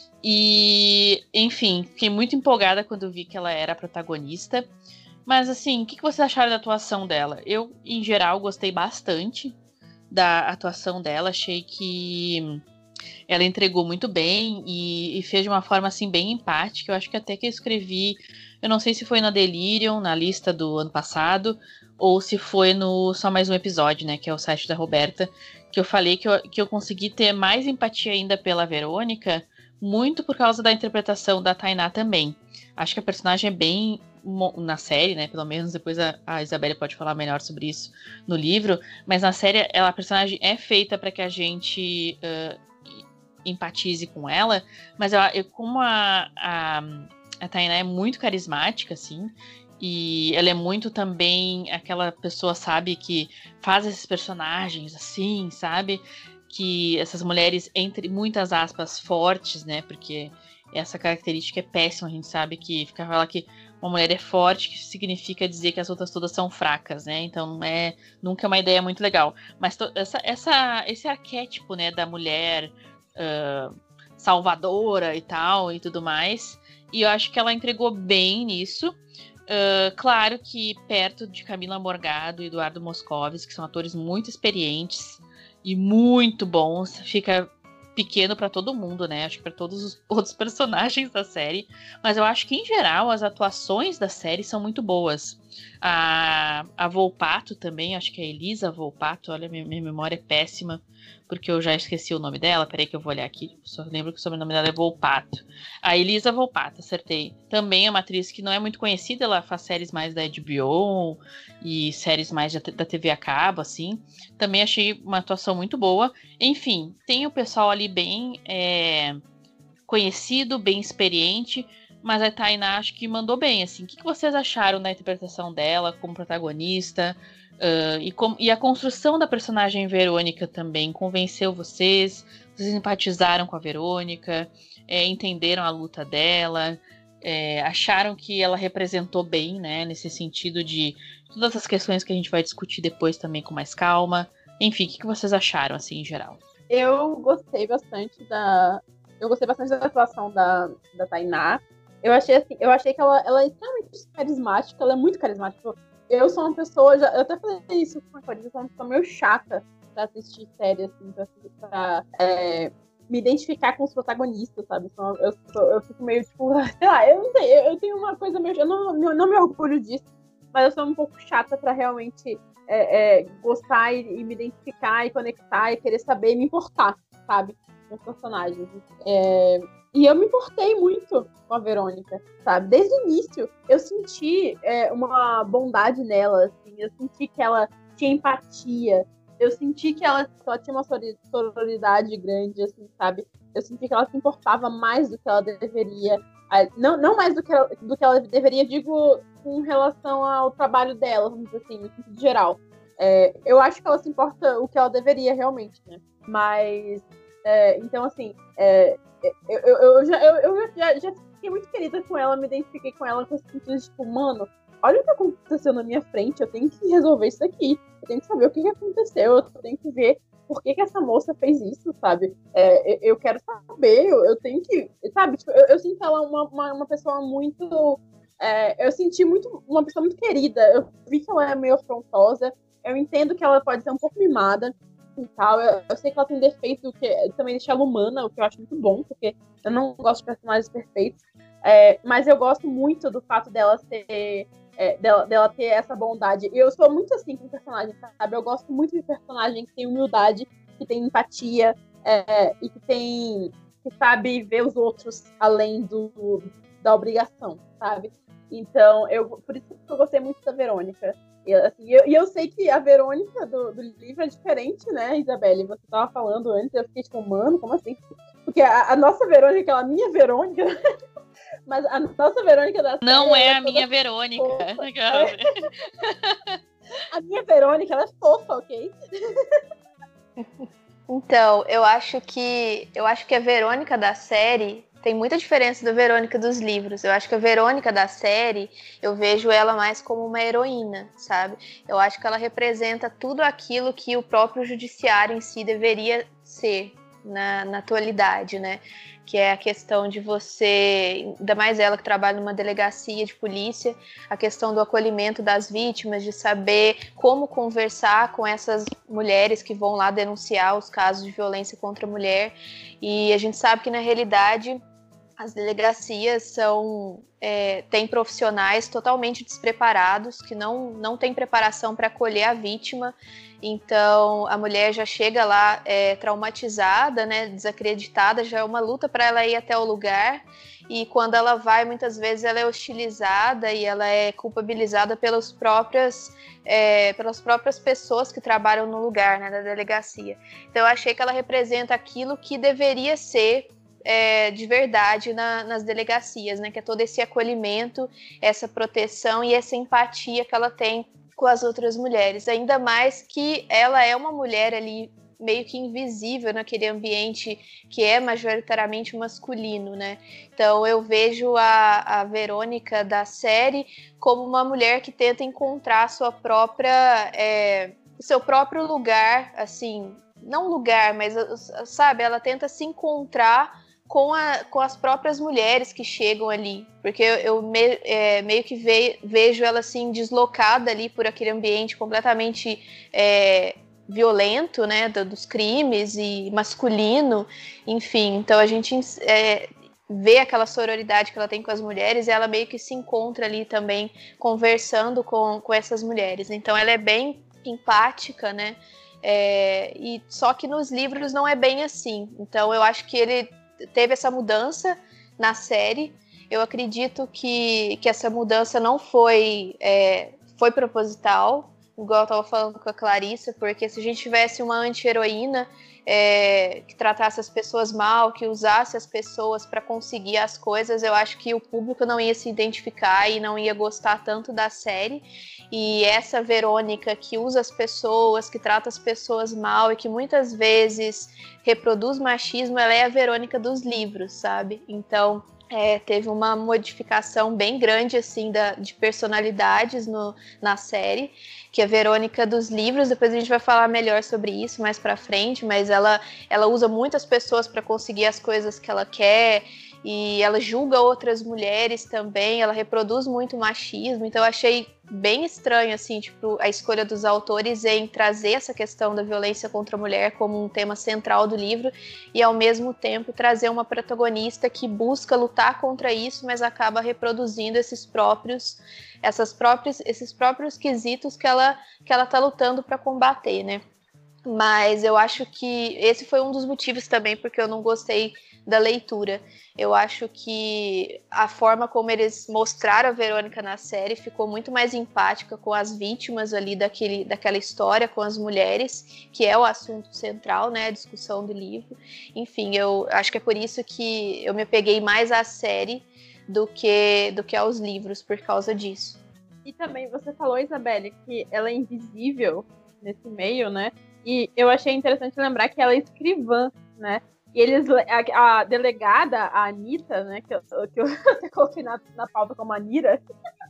E, enfim, fiquei muito empolgada quando vi que ela era a protagonista. Mas, assim, o que vocês acharam da atuação dela? Eu, em geral, gostei bastante da atuação dela. Achei que ela entregou muito bem e, e fez de uma forma, assim, bem empática. Eu acho que até que eu escrevi, eu não sei se foi na Delirium, na lista do ano passado, ou se foi no Só Mais Um Episódio, né, que é o site da Roberta, que eu falei que eu, que eu consegui ter mais empatia ainda pela Verônica, muito por causa da interpretação da Tainá também. Acho que a personagem é bem na série, né? Pelo menos depois a, a Isabelle pode falar melhor sobre isso no livro. Mas na série, ela, a personagem é feita para que a gente uh, empatize com ela. Mas eu, eu, como a, a, a Tainá é muito carismática, assim, e ela é muito também aquela pessoa, sabe, que faz esses personagens assim, sabe? Que essas mulheres, entre muitas aspas, fortes, né? Porque essa característica é péssima, a gente sabe que fica falar que uma mulher é forte, que significa dizer que as outras todas são fracas, né? Então não é, nunca é uma ideia muito legal. Mas to, essa, essa, esse arquétipo, né, da mulher uh, salvadora e tal, e tudo mais, e eu acho que ela entregou bem nisso. Uh, claro que perto de Camila Morgado e Eduardo Moscovis, que são atores muito experientes e muito bons, fica pequeno para todo mundo, né? Acho que para todos os outros personagens da série. Mas eu acho que, em geral, as atuações da série são muito boas. A, a Volpato também, acho que é Elisa Volpato, olha, minha, minha memória é péssima, porque eu já esqueci o nome dela. Peraí que eu vou olhar aqui. Só lembro que o sobrenome dela é Volpato. A Elisa Volpato, acertei. Também é uma atriz que não é muito conhecida, ela faz séries mais da H B O e séries mais da T V a cabo, assim. Também achei uma atuação muito boa. Enfim, tem o pessoal ali bem é, conhecido, bem experiente, mas a Tainá acho que mandou bem, assim. O que vocês acharam da interpretação dela como protagonista? Uh, e, com, e a construção da personagem Verônica também convenceu vocês? Vocês empatizaram com a Verônica? É, entenderam a luta dela? É, acharam que ela representou bem, né? Nesse sentido de todas as questões que a gente vai discutir depois também com mais calma. Enfim, o que vocês acharam, assim, em geral? Eu gostei bastante da... Eu gostei bastante da atuação da, da Tainá. Eu achei, assim, eu achei que ela, ela é extremamente carismática, ela é muito carismática. Eu sou uma pessoa, já, eu até falei isso com a Clarice, eu sou uma pessoa meio chata pra assistir série, assim, pra, pra é, me identificar com os protagonistas, sabe? Então, eu, eu, eu fico meio, tipo, sei lá, eu não sei, eu, eu tenho uma coisa meio, eu não, não, não me orgulho disso, mas eu sou um pouco chata pra realmente é, é, gostar e, e me identificar e conectar e querer saber e me importar, sabe? Com os personagens. É... E eu me importei muito com a Verônica, sabe? Desde o início, eu senti é, uma bondade nela, assim. Eu senti que ela tinha empatia. Eu senti que ela, que ela tinha uma sororidade grande, assim, sabe? Eu senti que ela se importava mais do que ela deveria. Não, não mais do que, ela, do que ela deveria, digo, com relação ao trabalho dela, vamos dizer assim, no sentido geral. É, eu acho que ela se importa o que ela deveria realmente, né? Mas, é, então, assim... É, Eu, eu, eu, já, eu, eu já, já fiquei muito querida com ela, me identifiquei com ela com esse sentido de, tipo, mano, olha o que aconteceu na minha frente, eu tenho que resolver isso aqui, eu tenho que saber o que, que aconteceu, eu tenho que ver por que, que essa moça fez isso, sabe? É, eu, eu quero saber, eu, eu tenho que, sabe? Tipo, eu, eu sinto ela uma, uma, uma pessoa muito, é, eu senti muito, uma pessoa muito querida, eu vi que ela é meio afrontosa, eu entendo que ela pode ser um pouco mimada, e tal. Eu, eu sei que ela tem defeito que também deixa ela humana, o que eu acho muito bom, porque eu não gosto de personagens perfeitos, é, mas eu gosto muito do fato dela ser é, dela, dela ter essa bondade. E eu sou muito assim com personagem, sabe? Eu gosto muito de personagem que tem humildade, que tem empatia, é, e que tem que sabe ver os outros além do, da obrigação, sabe? Então, eu, por isso que eu gostei muito da Verônica. E, assim, eu, e eu sei que a Verônica do, do livro é diferente, né, Isabelle? Você estava falando antes, eu fiquei tipo, mano, como assim? Porque a, a nossa Verônica, aquela minha Verônica, mas a nossa Verônica da série... Não é a minha Verônica. A minha Verônica, ela é fofa, ok? Então, eu acho que eu acho que a Verônica da série tem muita diferença da Verônica dos livros. Eu acho que a Verônica da série, eu vejo ela mais como uma heroína, sabe? Eu acho que ela representa tudo aquilo que o próprio judiciário em si deveria ser na, na atualidade, né? Que é a questão de você, ainda mais ela que trabalha numa delegacia de polícia, a questão do acolhimento das vítimas, de saber como conversar com essas mulheres que vão lá denunciar os casos de violência contra a mulher. E a gente sabe que, na realidade, as delegacias são, é, têm profissionais totalmente despreparados, que não, não têm preparação para acolher a vítima. Então, a mulher já chega lá é, traumatizada, né, desacreditada, já é uma luta para ela ir até o lugar. E quando ela vai, muitas vezes ela é hostilizada e ela é culpabilizada pelas próprias, é, pelas próprias pessoas que trabalham no lugar, né, da delegacia. Então, eu achei que ela representa aquilo que deveria ser É, de verdade na, nas delegacias, né? Que é todo esse acolhimento, essa proteção e essa empatia que ela tem com as outras mulheres. Ainda mais que ela é uma mulher ali meio que invisível naquele ambiente que é majoritariamente masculino, né? Então eu vejo a, a Verônica da série como uma mulher que tenta encontrar a sua própria, é, o seu próprio lugar, assim, não lugar, mas, sabe, ela tenta se encontrar Com, a, com as próprias mulheres que chegam ali, porque eu, eu me, é, meio que ve, vejo ela assim deslocada ali por aquele ambiente completamente é, violento, né, do, dos crimes e masculino, enfim, então a gente é, vê aquela sororidade que ela tem com as mulheres e ela meio que se encontra ali também conversando com, com essas mulheres, então ela é bem empática, né, é, e só que nos livros não é bem assim, então eu acho que ele teve essa mudança na série. Eu acredito que, que essa mudança não foi, é, foi proposital, igual eu estava falando com a Clarissa, porque se a gente tivesse uma anti-heroína é, que tratasse as pessoas mal, que usasse as pessoas para conseguir as coisas, eu acho que o público não ia se identificar e não ia gostar tanto da série. E essa Verônica que usa as pessoas, que trata as pessoas mal e que muitas vezes reproduz machismo, ela é a Verônica dos livros, sabe? Então, é, teve uma modificação bem grande, assim, da, de personalidades no, na série, que é a Verônica dos livros. Depois a gente vai falar melhor sobre isso mais pra frente, mas ela, ela usa muitas pessoas para conseguir as coisas que ela quer, e ela julga outras mulheres também, ela reproduz muito machismo, então eu achei bem estranho, assim, tipo, a escolha dos autores em trazer essa questão da violência contra a mulher como um tema central do livro e, ao mesmo tempo, trazer uma protagonista que busca lutar contra isso, mas acaba reproduzindo esses próprios, essas próprias, esses próprios quesitos que ela, que ela tá lutando para combater, né? Mas eu acho que esse foi um dos motivos também porque eu não gostei da leitura. Eu acho que a forma como eles mostraram a Verônica na série ficou muito mais empática com as vítimas ali daquele, daquela história, com as mulheres, que é o assunto central, né, a discussão do livro. Enfim, eu acho que é por isso que eu me apeguei mais à série do que, do que aos livros, por causa disso. E também você falou, Isabelle, que ela é invisível nesse meio, né? E eu achei interessante lembrar que ela é escrivã, né? E eles, a, a delegada, a Anitta, né, que eu, que eu até coloquei na, na pauta como Anira,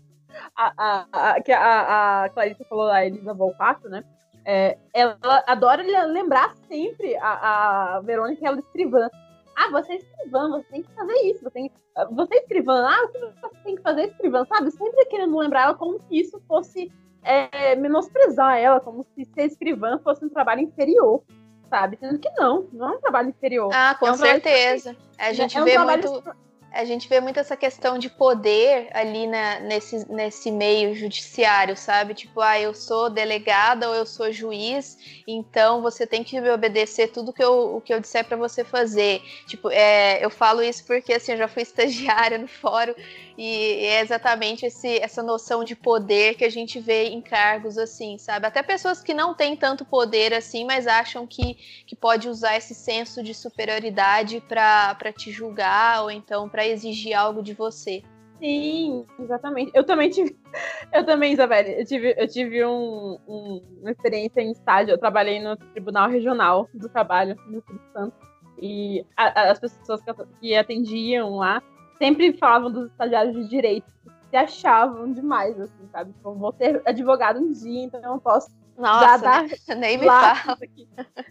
a, a, a, que a, a Clarissa falou, a Elisa Volpato, né, é, ela adora lembrar sempre a, a Verônica que ela é escrivã. Ah, você é escrivã, você tem que fazer isso, você, tem, você é escrivã, ah, o que você tem que fazer é escrivã, sabe? Sempre querendo lembrar ela como se isso fosse é, menosprezar ela, como se ser escrivã fosse um trabalho inferior. Sabe? Sendo que não, não é um trabalho inferior. Ah, com é um certeza. A gente, é um vê trabalho... muito, a gente vê muito essa questão de poder ali na, nesse, nesse meio judiciário, sabe? Tipo, ah, eu sou delegada ou eu sou juiz, então você tem que me obedecer tudo que eu, o que eu disser pra você fazer. Tipo, é, eu falo isso porque assim, eu já fui estagiária no fórum e é exatamente esse, essa noção de poder que a gente vê em cargos assim, sabe? Até pessoas que não têm tanto poder assim, mas acham que, que pode usar esse senso de superioridade pra, pra te julgar ou então pra exigir algo de você. Sim, exatamente. Eu também tive, eu também, Isabelle, eu tive, eu tive um, um, uma experiência em estágio. Eu trabalhei no Tribunal Regional do Trabalho no Espírito Santo e a, a, as pessoas que, que atendiam lá sempre falavam dos estagiários de direito, se achavam demais, assim, sabe? Tipo, vou ser advogado um dia, então eu posso Nossa, já dar nem me fala. Aqui.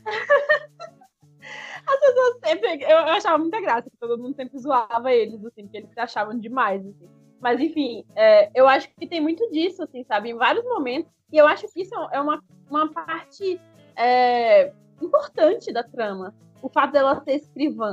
As pessoas sempre... Eu, eu achava muita graça, que todo mundo sempre zoava eles, assim, porque eles se achavam demais, assim. Mas, enfim, é, eu acho que tem muito disso, assim, sabe? Em vários momentos. E eu acho que isso é uma, uma parte é, importante da trama. O fato dela ser escrivã,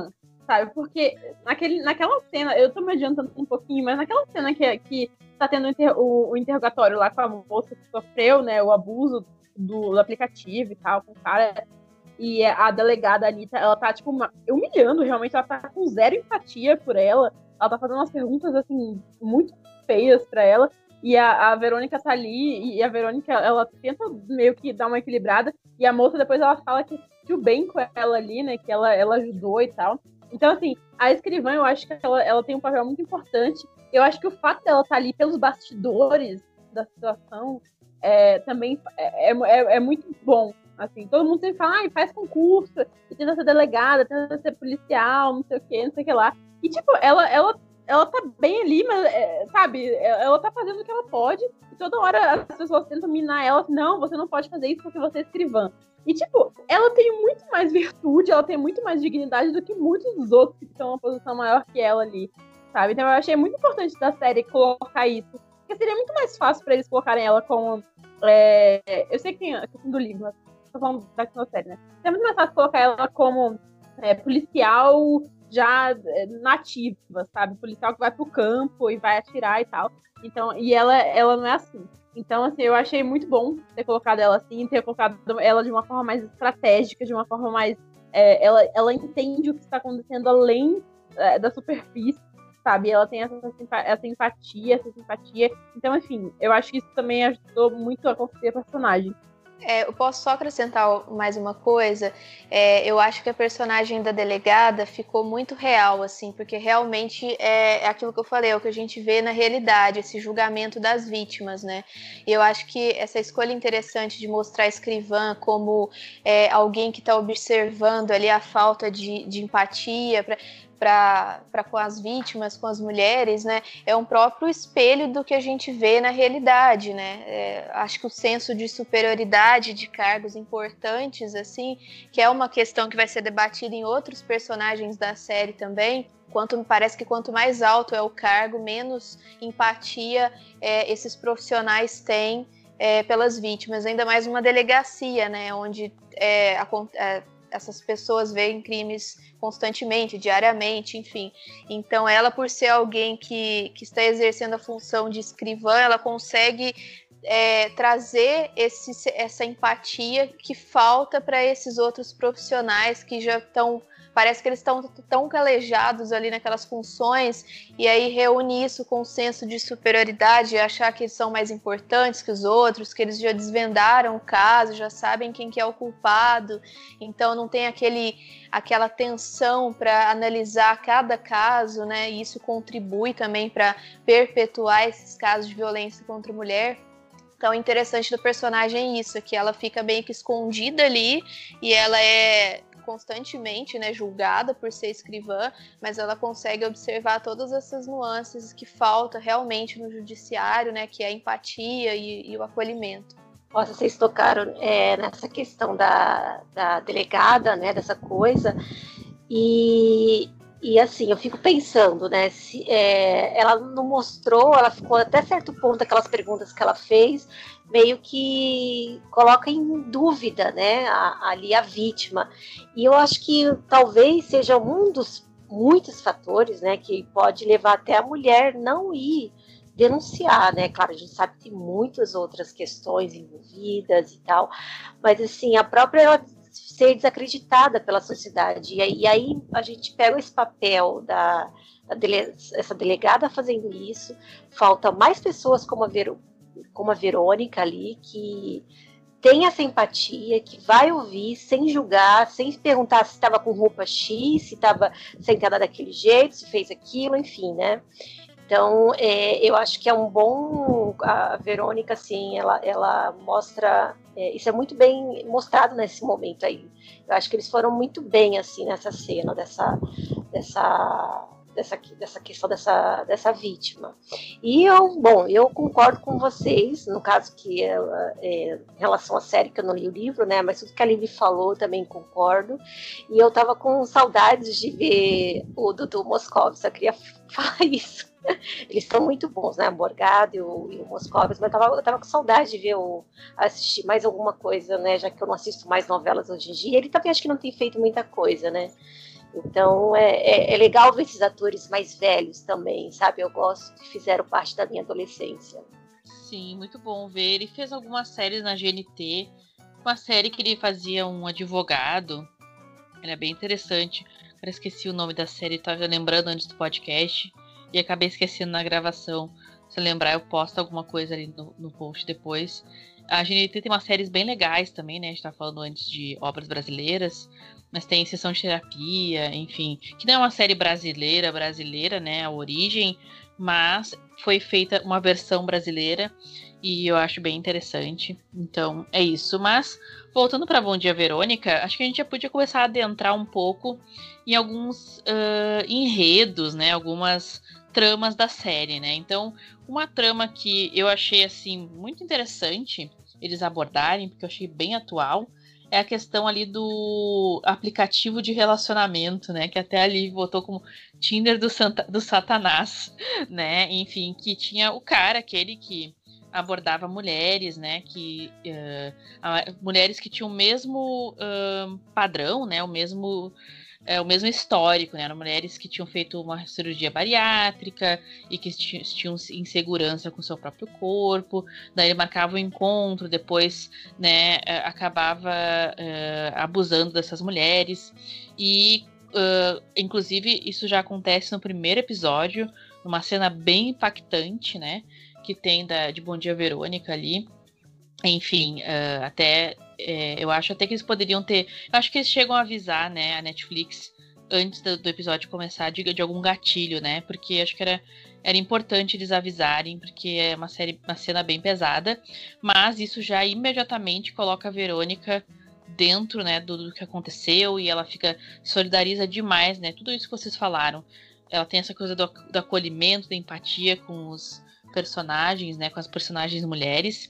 sabe? Porque naquele, naquela cena, eu tô me adiantando um pouquinho, mas naquela cena que, que tá tendo o, inter, o, o interrogatório lá com a moça que sofreu, né, o abuso do, do aplicativo e tal, com o cara, e a delegada Anitta, ela tá, tipo, uma, humilhando, realmente, ela tá com zero empatia por ela, ela tá fazendo umas perguntas, assim, muito feias pra ela, e a, a Verônica tá ali, e a Verônica, ela tenta meio que dar uma equilibrada, e a moça depois ela fala que sentiu bem com ela ali, né, que ela, ela ajudou e tal. Então, assim, a escrivã, eu acho que ela, ela tem um papel muito importante. Eu acho que o fato dela estar ali pelos bastidores da situação é, também é, é, é muito bom. Assim, todo mundo sempre fala, ah, faz concurso, e tenta ser delegada, tenta ser policial, não sei o que, não sei o que lá. E, tipo, ela, ela, ela tá bem ali, mas, é, sabe, ela tá fazendo o que ela pode, e toda hora as pessoas tentam minar ela, assim, não, você não pode fazer isso porque você é escrivã. E, tipo, ela tem muito mais virtude, ela tem muito mais dignidade do que muitos dos outros que estão numa posição maior que ela ali, sabe? Então eu achei muito importante da série colocar isso. Porque seria muito mais fácil pra eles colocarem ela como... É... Eu sei que tem a questão do livro, mas tô falando da série, né? Seria muito mais fácil colocar ela como é, policial já é, nativa, sabe? Policial que vai pro campo e vai atirar e tal. Então, e ela, ela não é assim. Então, assim, eu achei muito bom ter colocado ela assim, ter colocado ela de uma forma mais estratégica, de uma forma mais... É, ela, ela entende o que está acontecendo além é, da superfície, sabe? Ela tem essa, essa empatia, essa simpatia. Então, enfim, eu acho que isso também ajudou muito a construir a personagem. É, eu posso só acrescentar mais uma coisa. É, eu acho que a personagem da delegada ficou muito real, assim, porque realmente é, é aquilo que eu falei, é o que a gente vê na realidade, esse julgamento das vítimas, né? E eu acho que essa escolha interessante de mostrar a escrivã como é, alguém que está observando ali a falta de, de empatia para para com as vítimas, com as mulheres, né, é um próprio espelho do que a gente vê na realidade, né, é, acho que o senso de superioridade de cargos importantes, assim, que é uma questão que vai ser debatida em outros personagens da série também, quanto, parece que quanto mais alto é o cargo, menos empatia é, esses profissionais têm é, pelas vítimas, ainda mais uma delegacia, né, onde é, a, a, essas pessoas veem crimes constantemente, diariamente, enfim. Então, ela, por ser alguém que, que está exercendo a função de escrivã, ela consegue é, trazer esse, essa empatia que falta para esses outros profissionais que já estão... Parece que eles estão tão calejados ali naquelas funções, e aí reúne isso com o senso de superioridade e achar que eles são mais importantes que os outros, que eles já desvendaram o caso, já sabem quem que é o culpado, então não tem aquele, aquela tensão para analisar cada caso, né? E isso contribui também para perpetuar esses casos de violência contra a mulher. Então, o interessante do personagem é isso, que ela fica meio que escondida ali, e ela é constantemente, né, julgada por ser escrivã, mas ela consegue observar todas essas nuances que falta realmente no judiciário, né, que é a empatia e, e o acolhimento. Nossa, vocês tocaram é, nessa questão da, da delegada, né, dessa coisa, e, e assim, eu fico pensando, né, se é, ela não mostrou, ela ficou até certo ponto, aquelas perguntas que ela fez, meio que coloca em dúvida, né, a, ali a vítima. E eu acho que talvez seja um dos muitos fatores, né, que pode levar até a mulher não ir denunciar, né, claro, a gente sabe que tem muitas outras questões envolvidas e tal, mas assim, a própria ela ser desacreditada pela sociedade, e aí, e aí a gente pega esse papel da, da dele, essa delegada fazendo isso, falta mais pessoas como a Ver, como a Verônica ali, que tem essa empatia, que vai ouvir sem julgar, sem perguntar se estava com roupa X, se estava sentada daquele jeito, se fez aquilo, enfim, né? Então, é, eu acho que é um bom... A Verônica, assim, ela, ela mostra... É, isso é muito bem mostrado nesse momento aí. Eu acho que eles foram muito bem, assim, nessa cena, dessa... dessa Dessa, dessa questão dessa, dessa vítima. E eu, bom, eu concordo com vocês, no caso que é, é, em relação à série, que eu não li o livro, né, mas tudo que a Livi falou também concordo, e eu tava com saudades de ver o Dudu Moscovitz, eu queria falar isso. Eles são muito bons, né, o Morgado e o, e o Moscovitz, mas eu tava, eu tava com saudade de ver o, assistir mais alguma coisa, né, já que eu não assisto mais novelas hoje em dia. Ele também acho que não tem feito muita coisa, né. Então é, é, é legal ver esses atores mais velhos também, sabe? Eu gosto que fizeram parte da minha adolescência. Sim, muito bom ver. Ele fez algumas séries na G N T, uma série que ele fazia um advogado, era bem interessante. Eu esqueci o nome da série, estava lembrando antes do podcast e acabei esquecendo na gravação. Se lembrar, eu posto alguma coisa ali no, no post depois. A G N T tem umas séries bem legais também, né? A gente estava falando antes de obras brasileiras, mas tem Sessão de Terapia, enfim, que não é uma série brasileira, brasileira, né? A origem, mas foi feita uma versão brasileira e eu acho bem interessante. Então, é isso. Mas, voltando para Bom Dia, Verônica, acho que a gente já podia começar a adentrar um pouco em alguns uh, enredos, né? Algumas tramas da série, né? Então, uma trama que eu achei, assim, muito interessante eles abordarem, porque eu achei bem atual, é a questão ali do aplicativo de relacionamento, né? Que até ali botou como Tinder do, Santa, do Satanás, né? Enfim, que tinha o cara, aquele que abordava mulheres, né? Que, uh, a, mulheres que tinham o mesmo uh, padrão, né? O mesmo... É, o mesmo histórico, né? Eram mulheres que tinham feito uma cirurgia bariátrica e que tinham insegurança com o seu próprio corpo. Daí ele marcava um encontro, depois, né, acabava uh, abusando dessas mulheres. E, uh, inclusive, isso já acontece no primeiro episódio, numa cena bem impactante, né? Que tem da, de Bom Dia, Verônica ali. Enfim, uh, até... É, eu acho até que eles poderiam ter... Eu acho que eles chegam a avisar, né, a Netflix, antes do, do episódio começar, de, de algum gatilho, né? Porque acho que era, era importante eles avisarem, porque é uma, série, uma cena bem pesada. Mas isso já imediatamente coloca a Verônica dentro, né, do, do que aconteceu. E ela fica... solidariza demais, né? Tudo isso que vocês falaram. Ela tem essa coisa do, do acolhimento, da empatia com os personagens, né, com as personagens mulheres.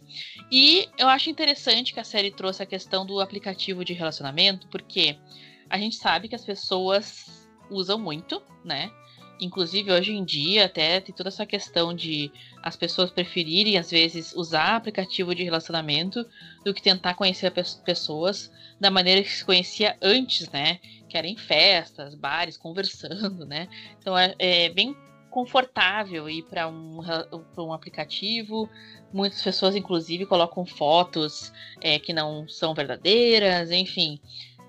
E eu acho interessante que a série trouxe a questão do aplicativo de relacionamento, porque a gente sabe que as pessoas usam muito, né? Inclusive hoje em dia até tem toda essa questão de as pessoas preferirem às vezes usar aplicativo de relacionamento do que tentar conhecer as pessoas da maneira que se conhecia antes, né? Que era em festas, bares, conversando, né? Então é, é bem confortável ir para um, para um aplicativo. Muitas pessoas, inclusive, colocam fotos é, que não são verdadeiras, enfim.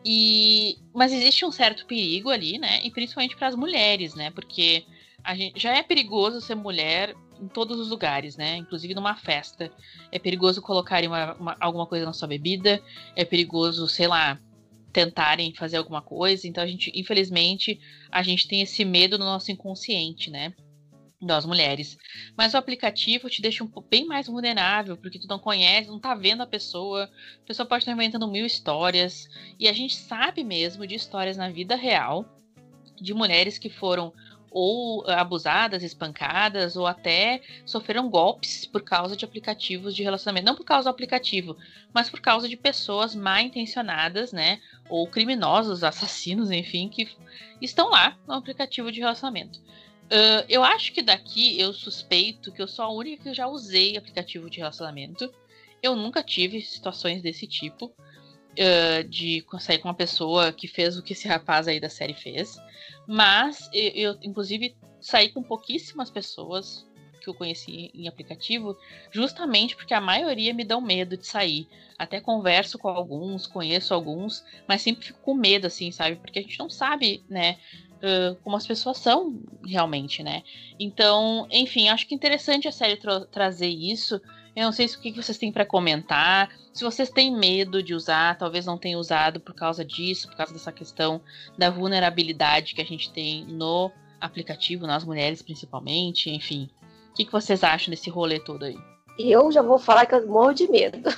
E, mas existe um certo perigo ali, né? E principalmente para as mulheres, né? Porque a gente, já é perigoso ser mulher em todos os lugares, né? Inclusive numa festa. É perigoso colocarem uma, uma, alguma coisa na sua bebida. É perigoso, sei lá, tentarem fazer alguma coisa. Então a gente, infelizmente, a gente tem esse medo no nosso inconsciente, né? Das mulheres. Mas o aplicativo te deixa um bem mais vulnerável, porque tu não conhece, não tá vendo a pessoa, a pessoa pode estar inventando mil histórias, e a gente sabe mesmo de histórias na vida real, de mulheres que foram ou abusadas, espancadas, ou até sofreram golpes por causa de aplicativos de relacionamento. Não por causa do aplicativo, mas por causa de pessoas mal intencionadas, né? Ou criminosos, assassinos, enfim, que estão lá no aplicativo de relacionamento. Uh, eu acho que daqui eu suspeito que eu sou a única que já usei aplicativo de relacionamento. Eu nunca tive situações desse tipo, uh, de sair com uma pessoa que fez o que esse rapaz aí da série fez. Mas eu, eu inclusive, saí com pouquíssimas pessoas que eu conheci em aplicativo, justamente porque a maioria me dão medo de sair. Até converso com alguns, conheço alguns, mas sempre fico com medo, assim, sabe? Porque a gente não sabe, né? Uh, como as pessoas são realmente, né? Então, enfim, acho que é interessante a série tra- trazer isso. Eu não sei se o que vocês têm para comentar. Se vocês têm medo de usar, talvez não tenham usado por causa disso, por causa dessa questão da vulnerabilidade que a gente tem no aplicativo, nas mulheres principalmente, enfim. O que, que vocês acham desse rolê todo aí? Eu já vou falar que eu morro de medo.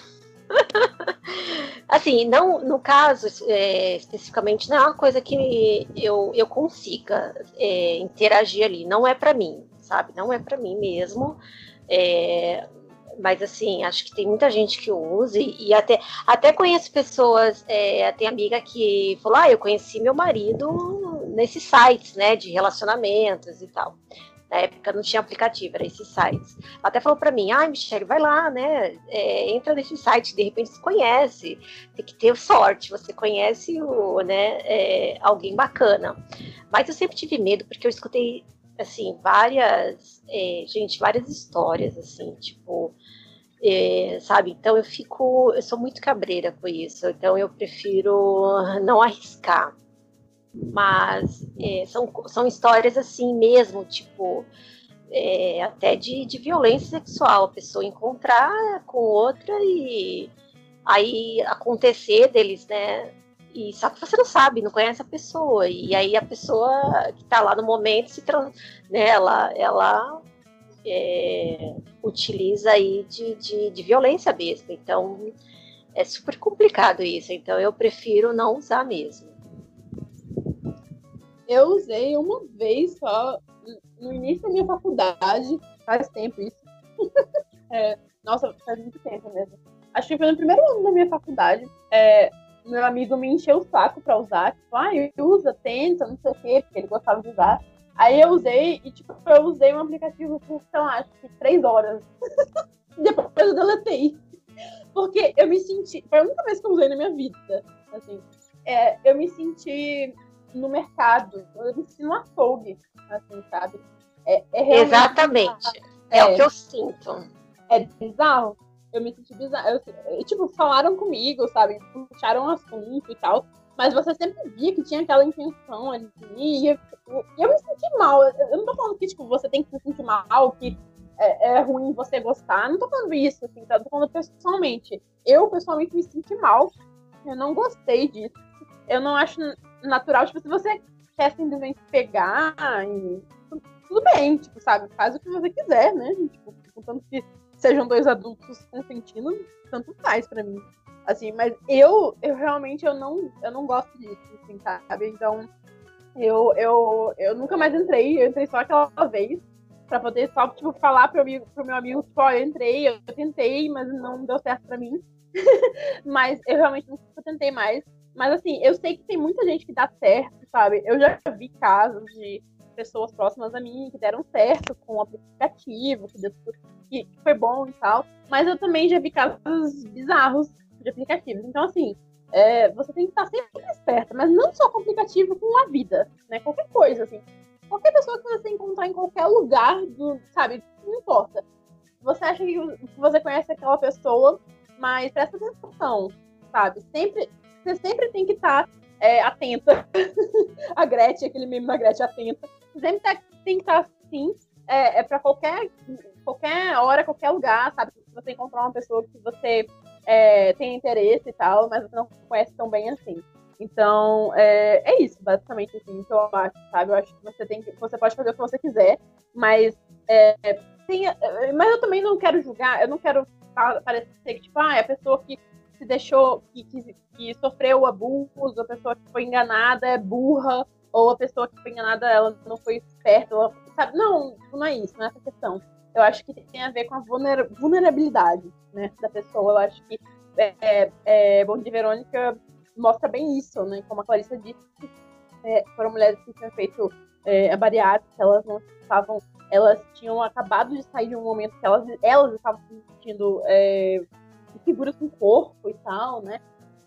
Assim, não, no caso, é, especificamente, não é uma coisa que eu, eu consiga é, interagir ali. Não é pra mim, sabe? Não é pra mim mesmo. É, mas, assim, acho que tem muita gente que usa. E, e até, até conheço pessoas, é, tem amiga que falou, ah, eu conheci meu marido nesses sites, né, de relacionamentos e tal. Na época não tinha aplicativo, era esses sites. Ela até falou para mim, ai, Michelle, vai lá, né? É, entra nesse site, de repente você conhece. Tem que ter sorte, você conhece o, né, é, alguém bacana. Mas eu sempre tive medo, porque eu escutei, assim, várias, é, gente, várias histórias, assim, tipo, é, sabe? Então eu fico, eu sou muito cabreira com isso, então eu prefiro não arriscar. Mas é, são, são histórias assim mesmo, tipo, é, até de, de violência sexual, a pessoa encontrar com outra e aí acontecer deles, né? E só que você não sabe, não conhece a pessoa, e aí a pessoa que tá lá no momento se trans, né, ela, ela é, utiliza aí de, de, de violência mesmo, então é super complicado isso, então eu prefiro não usar mesmo. Eu usei uma vez só, no início da minha faculdade, faz tempo isso. É, nossa, faz muito tempo mesmo. Acho que foi no primeiro ano da minha faculdade. É, meu amigo me encheu o saco pra usar. Tipo, ah, usa, tenta, não sei o quê, porque ele gostava de usar. Aí eu usei, e tipo, eu usei um aplicativo por, sei lá, acho que três horas. Depois eu deletei. Porque eu me senti... Foi a única vez que eu usei na minha vida. Assim, é, eu me senti... no mercado, eu me sinto um açougue, assim, sabe? É, é realmente... Exatamente, é, é o que eu sinto. É bizarro, eu me senti bizarro. Eu, tipo, falaram comigo, sabe? Puxaram um assunto e tal, mas você sempre via que tinha aquela intenção ali, e eu, eu me senti mal. Eu não tô falando que, tipo, você tem que se sentir mal, que é, é ruim você gostar, não tô falando isso, assim, tá? Tô falando pessoalmente. Eu, pessoalmente, me senti mal, eu não gostei disso. Eu não acho natural, tipo, se você quer simplesmente pegar e tudo bem, tipo, sabe, faz o que você quiser, né, tipo, contanto que sejam dois adultos consentindo, tanto faz pra mim, assim, mas eu, eu realmente, eu não, eu não gosto disso, assim, sabe, então, eu, eu, eu nunca mais entrei, eu entrei só aquela vez, pra poder só, tipo, falar pro, amigo, pro meu amigo, tipo, ó, eu entrei, eu tentei, mas não deu certo pra mim, mas eu realmente nunca tentei mais. Mas, assim, eu sei que tem muita gente que dá certo, sabe? Eu já vi casos de pessoas próximas a mim que deram certo com o aplicativo, que, deu, que foi bom e tal. Mas eu também já vi casos bizarros de aplicativos. Então, assim, é, você tem que estar sempre esperta, mas não só com aplicativo, com a vida, né? Qualquer coisa, assim. Qualquer pessoa que você encontrar em qualquer lugar, do, sabe? Não importa. Você acha que você conhece aquela pessoa, mas presta atenção, sabe? Sempre... Você sempre tem que estar tá, é, atenta. A Gretchen, aquele meme da Gretchen, atenta. Você sempre tá, tem que estar tá, assim, é, é para qualquer, qualquer hora, qualquer lugar, sabe? Se você encontrar uma pessoa que você é, tem interesse e tal, mas você não conhece tão bem assim. Então, é, é isso, basicamente, assim, que eu acho, sabe? Eu acho que você tem que, você pode fazer o que você quiser, mas, é, tem, mas eu também não quero julgar, eu não quero parecer que, tipo, ah, é a pessoa que se deixou, que, que, que sofreu abuso, a pessoa que foi enganada é burra, ou a pessoa que foi enganada, ela não foi esperta, ela, sabe? Não, não é isso, não é essa questão. Eu acho que tem a ver com a vulner, vulnerabilidade, né, da pessoa. Eu acho que é, é, Bom Dia Verônica mostra bem isso, né, como a Clarissa disse, é, foram mulheres que tinham feito é, a bariátrica, elas não estavam, elas tinham acabado de sair de um momento que elas, elas estavam se sentindo é, seguras com o corpo e tal, né?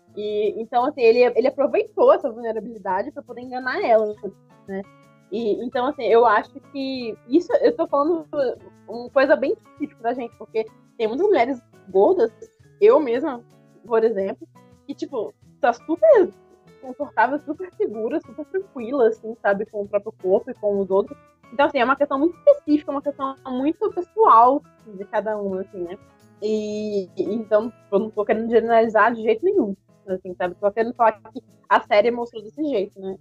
E, então, assim, ele, ele aproveitou essa vulnerabilidade para poder enganar ela, né? E, então, assim, eu acho que isso, eu tô falando uma coisa bem específica da gente, porque tem muitas mulheres gordas, eu mesma, por exemplo, que, tipo, tá super confortável, super segura, super tranquila, assim, sabe, com o próprio corpo e com os outros. Então, assim, é uma questão muito específica, uma questão muito pessoal de cada um, assim, né? E, então, eu não tô querendo generalizar de jeito nenhum, assim, sabe? Tô querendo falar que a série mostrou desse jeito, né?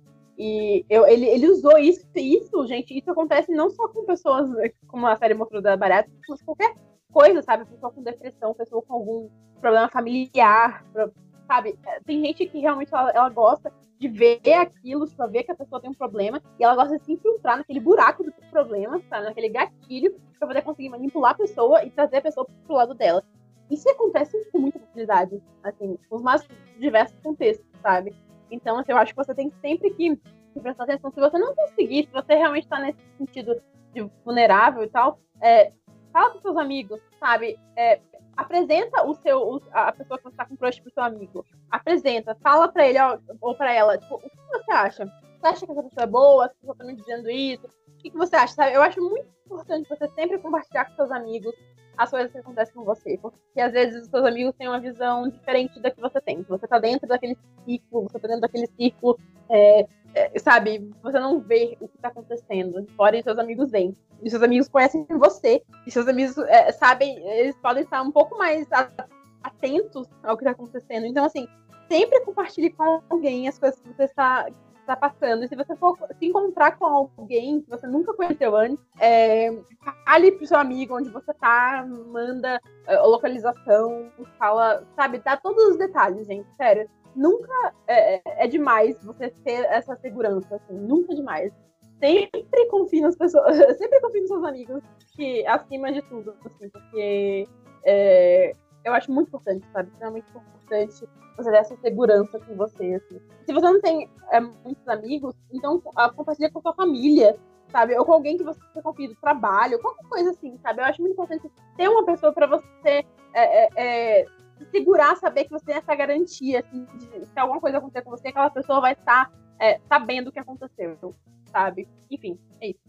E eu, ele, ele usou isso, isso, gente, isso acontece não só com pessoas, como a série mostrou da bariátrica, mas qualquer coisa, sabe? Pessoa com depressão, pessoa com algum problema familiar, sabe? Tem gente que realmente ela, ela gosta de ver aquilo, tipo, ver que a pessoa tem um problema, e ela gosta de se infiltrar naquele buraco do problema, sabe? Naquele gatilho, pra poder conseguir manipular a pessoa e trazer a pessoa pro lado dela. Isso acontece com muita facilidade, assim, nos mais diversos contextos, sabe? Então, assim, eu acho que você tem sempre que prestar atenção. Se você não conseguir, se você realmente tá nesse sentido de vulnerável e tal, é, fala com seus amigos, sabe? É, apresenta o seu, o, a pessoa que você tá com crush pro seu amigo. Apresenta, fala pra ele ó, ou pra ela, tipo, o que você acha? Você acha que essa pessoa é boa? Essa pessoa tá me dizendo isso? O que, que você acha? Sabe? Eu acho muito importante você sempre compartilhar com seus amigos as coisas que acontecem com você. Porque às vezes os seus amigos têm uma visão diferente da que você tem. Você tá dentro daquele ciclo, você tá dentro daquele ciclo, é, é, sabe? Você não vê o que tá acontecendo. Fora e seus amigos veem. E seus amigos conhecem você. E seus amigos é, sabem, eles podem estar um pouco mais atentos ao que tá acontecendo. Então, assim, sempre compartilhe com alguém as coisas que você está... está passando. E se você for se encontrar com alguém que você nunca conheceu antes, é, fale pro seu amigo onde você tá, manda a localização, fala, sabe, dá todos os detalhes, gente, sério. Nunca é, é demais você ter essa segurança, assim, nunca é demais. Sempre confie nas pessoas, sempre confie nos seus amigos, que acima de tudo, assim, porque é, eu acho muito importante, sabe, extremamente importante você ter essa segurança com você, assim. Se você não tem é, muitos amigos, então compartilha com sua família, sabe? Ou com alguém que você confia do trabalho, qualquer coisa assim, sabe? Eu acho muito importante ter uma pessoa pra você é, é, é, se segurar, saber que você tem essa garantia, assim, de se alguma coisa acontecer com você, aquela pessoa vai estar é, sabendo o que aconteceu, sabe? Enfim, é isso.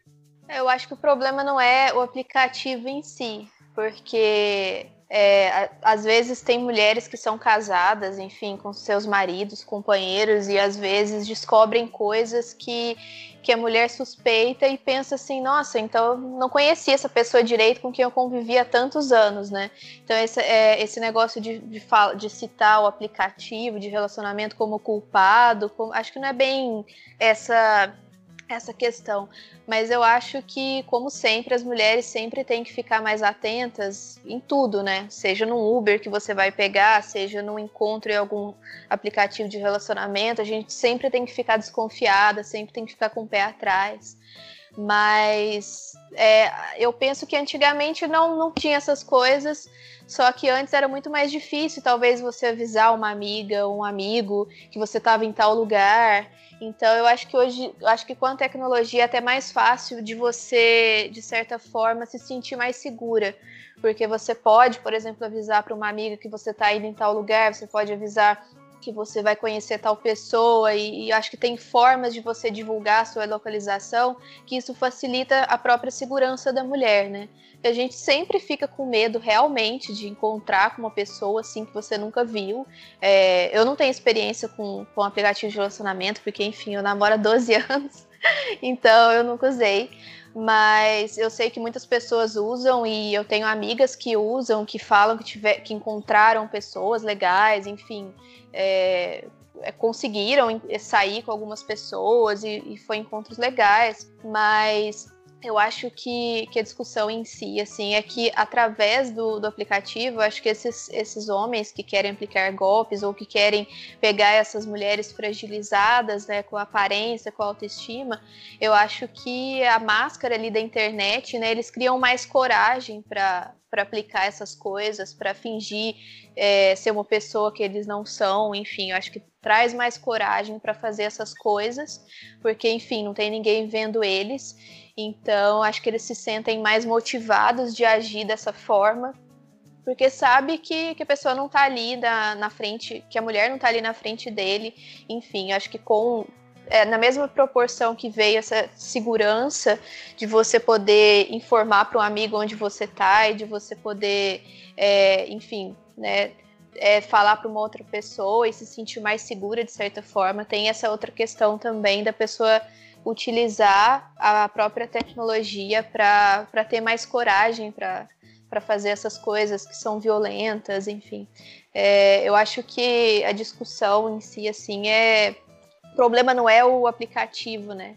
Eu acho que o problema não é o aplicativo em si, porque... É, às vezes tem mulheres que são casadas, enfim, com seus maridos, companheiros, e às vezes descobrem coisas que, que a mulher suspeita e pensa assim, nossa, então eu não conhecia essa pessoa direito com quem eu convivia há tantos anos, né? Então esse, é, esse negócio de, de, de citar o aplicativo de relacionamento como culpado, como, acho que não é bem essa... essa questão, mas eu acho que, como sempre, as mulheres sempre têm que ficar mais atentas em tudo, né? Seja no Uber que você vai pegar, seja num encontro em algum aplicativo de relacionamento, a gente sempre tem que ficar desconfiada, sempre tem que ficar com o pé atrás. Mas é, eu penso que antigamente não, não tinha essas coisas, só que antes era muito mais difícil, talvez você avisar uma amiga, um amigo, que você estava em tal lugar. Então eu acho que hoje, eu acho que com a tecnologia é até mais fácil de você, de certa forma, se sentir mais segura. Porque você pode, por exemplo, avisar para uma amiga que você está indo em tal lugar, você pode avisar que você vai conhecer tal pessoa, e, e acho que tem formas de você divulgar a sua localização, que isso facilita a própria segurança da mulher, né? A gente sempre fica com medo realmente de encontrar com uma pessoa assim que você nunca viu. É, eu não tenho experiência com, com aplicativo de relacionamento, porque enfim, eu namoro há doze anos, então eu nunca usei. Mas eu sei que muitas pessoas usam, e eu tenho amigas que usam, que falam que, tiver, que encontraram pessoas legais, enfim, é, conseguiram sair com algumas pessoas e, e foi encontros legais, mas eu acho que, que a discussão em si, assim, é que através do, do aplicativo, eu acho que esses, esses homens que querem aplicar golpes ou que querem pegar essas mulheres fragilizadas, né, com a aparência, com a autoestima, eu acho que a máscara ali da internet, né, eles criam mais coragem para para aplicar essas coisas, para fingir é, ser uma pessoa que eles não são, enfim, eu acho que traz mais coragem para fazer essas coisas, porque, enfim, não tem ninguém vendo eles, então acho que eles se sentem mais motivados de agir dessa forma, porque sabe que, que a pessoa não tá ali na, na frente, que a mulher não tá ali na frente dele, enfim, acho que com... É, na mesma proporção que veio essa segurança de você poder informar para um amigo onde você está e de você poder, é, enfim, né, é, falar para uma outra pessoa e se sentir mais segura de certa forma, tem essa outra questão também da pessoa utilizar a própria tecnologia para para ter mais coragem para para fazer essas coisas que são violentas, enfim. É, eu acho que a discussão em si, assim, é... O problema não é o aplicativo, né?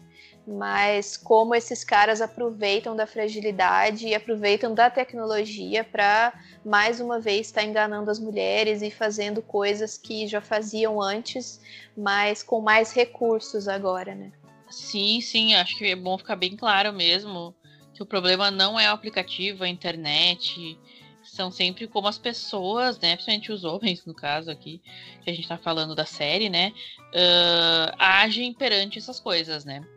Mas como esses caras aproveitam da fragilidade e aproveitam da tecnologia para, mais uma vez, estar enganando as mulheres e fazendo coisas que já faziam antes, mas com mais recursos agora, né? Sim, sim, acho que é bom ficar bem claro mesmo que o problema não é o aplicativo, a internet... São sempre como as pessoas, né, principalmente os homens, no caso aqui, que a gente tá falando da série, né, uh, agem perante essas coisas, né.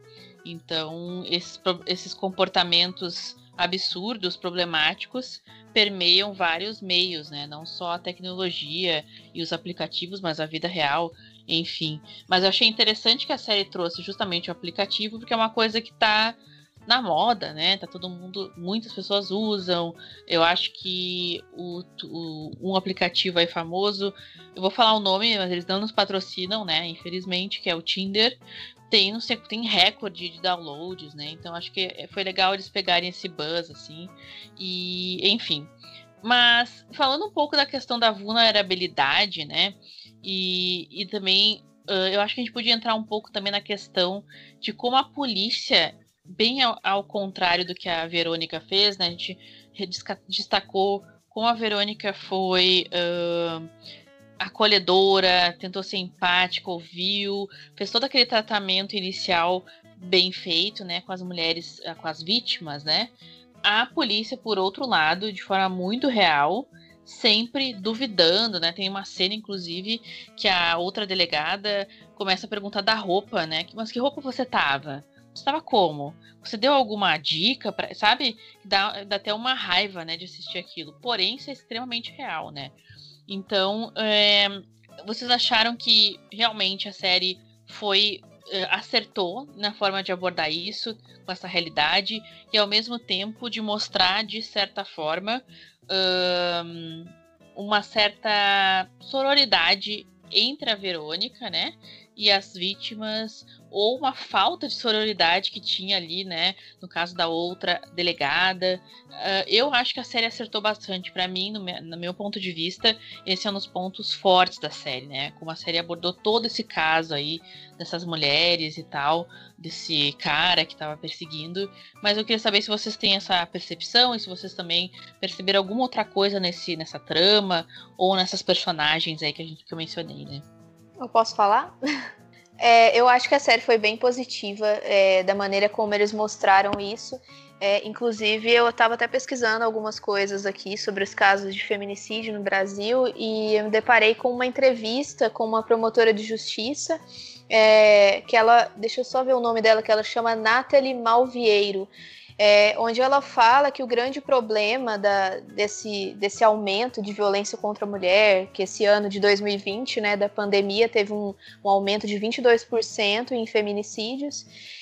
Então, esses, esses comportamentos absurdos, problemáticos, permeiam vários meios, né? Não só a tecnologia e os aplicativos, mas a vida real, enfim. Mas eu achei interessante que a série trouxe justamente o aplicativo, porque é uma coisa que tá na moda, né? Tá todo mundo, muitas pessoas usam. Eu acho que o, o, um aplicativo aí famoso, eu vou falar o nome, mas eles não nos patrocinam, né? Infelizmente, que é o Tinder. Tem, não sei, tem recorde de downloads, né? Então acho que foi legal eles pegarem esse buzz, assim. E, enfim. Mas falando um pouco da questão da vulnerabilidade, né? E, e também uh, eu acho que a gente podia entrar um pouco também na questão de como a polícia, bem ao, ao contrário do que a Verônica fez, né? A gente destacou como a Verônica foi uh, acolhedora, tentou ser empática, ouviu, fez todo aquele tratamento inicial bem feito, né? Com as mulheres, com as vítimas, né? A polícia, por outro lado, de forma muito real, sempre duvidando, né? Tem uma cena, inclusive, que a outra delegada começa a perguntar da roupa, né? Mas que roupa você tava? Você tava como? Você deu alguma dica? Pra... Sabe? Dá, dá até uma raiva, né, de assistir aquilo. Porém, isso é extremamente real, né? Então, é... vocês acharam que realmente a série foi... acertou na forma de abordar isso, com essa realidade, e ao mesmo tempo de mostrar, de certa forma, um, uma certa sororidade entre a Verônica, né, e as vítimas, ou uma falta de sororidade que tinha ali, né, no caso da outra delegada. Uh, eu acho que a série acertou bastante. Para mim, no meu, no meu ponto de vista, esse é um dos pontos fortes da série, né, como a série abordou todo esse caso aí, dessas mulheres e tal, desse cara que estava perseguindo. Mas eu queria saber se vocês têm essa percepção e se vocês também perceberam alguma outra coisa nesse, nessa trama ou nessas personagens aí que, a gente, que eu mencionei, né. Eu posso falar? É, eu acho que a série foi bem positiva, é, da maneira como eles mostraram isso. É, inclusive, eu estava até pesquisando algumas coisas aqui sobre os casos de feminicídio no Brasil e eu me deparei com uma entrevista com uma promotora de justiça, é, que ela, deixa eu só ver o nome dela, que ela chama Nathalie Malvieiro. É, onde ela fala que o grande problema da, desse, desse aumento de violência contra a mulher, que esse ano de dois mil e vinte, né, da pandemia, teve um, um aumento de vinte e dois por cento em feminicídios,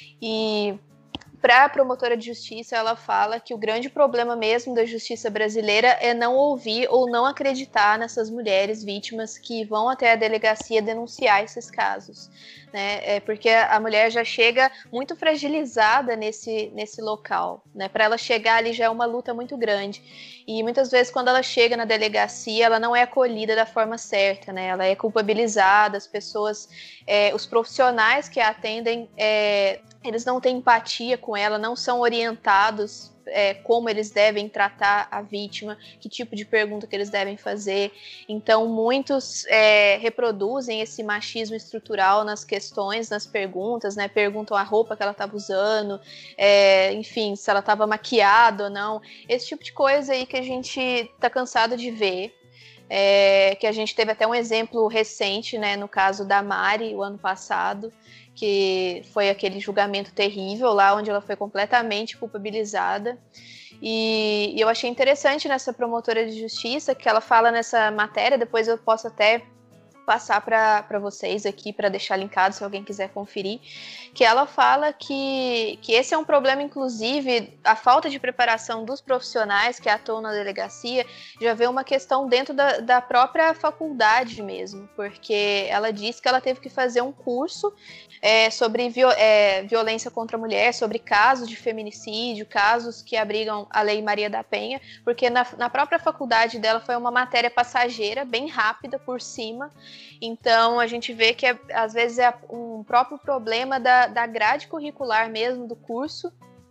e para a promotora de justiça, ela fala que o grande problema mesmo da justiça brasileira é não ouvir ou não acreditar nessas mulheres vítimas que vão até a delegacia denunciar esses casos, né? É porque a mulher já chega muito fragilizada nesse, nesse local, né? Para ela chegar ali já é uma luta muito grande. E muitas vezes quando ela chega na delegacia, ela não é acolhida da forma certa, né? Ela é culpabilizada, as pessoas, é, os profissionais que a atendem, é, eles não têm empatia com ela, não são orientados é, como eles devem tratar a vítima, que tipo de pergunta que eles devem fazer. Então, muitos é, reproduzem esse machismo estrutural nas questões, nas perguntas, né? Perguntam a roupa que ela estava usando, é, enfim, se ela estava maquiada ou não. Esse tipo de coisa aí que a gente está cansado de ver. É, que a gente teve até um exemplo recente, né, no caso da Mari, o ano passado, que foi aquele julgamento terrível lá, onde ela foi completamente culpabilizada. E, e eu achei interessante nessa promotora de justiça, que ela fala nessa matéria, depois eu posso até passar para vocês aqui, para deixar linkado, se alguém quiser conferir, que ela fala que, que esse é um problema, inclusive, a falta de preparação dos profissionais que atuam na delegacia, já vê uma questão dentro da, da própria faculdade mesmo, porque ela diz que ela teve que fazer um curso é, sobre viol, é, violência contra a mulher, sobre casos de feminicídio, casos que abrigam a Lei Maria da Penha, porque na, na própria faculdade dela foi uma matéria passageira, bem rápida, por cima. Então, a gente vê que, é, às vezes, é um próprio problema da, da grade curricular mesmo do curso,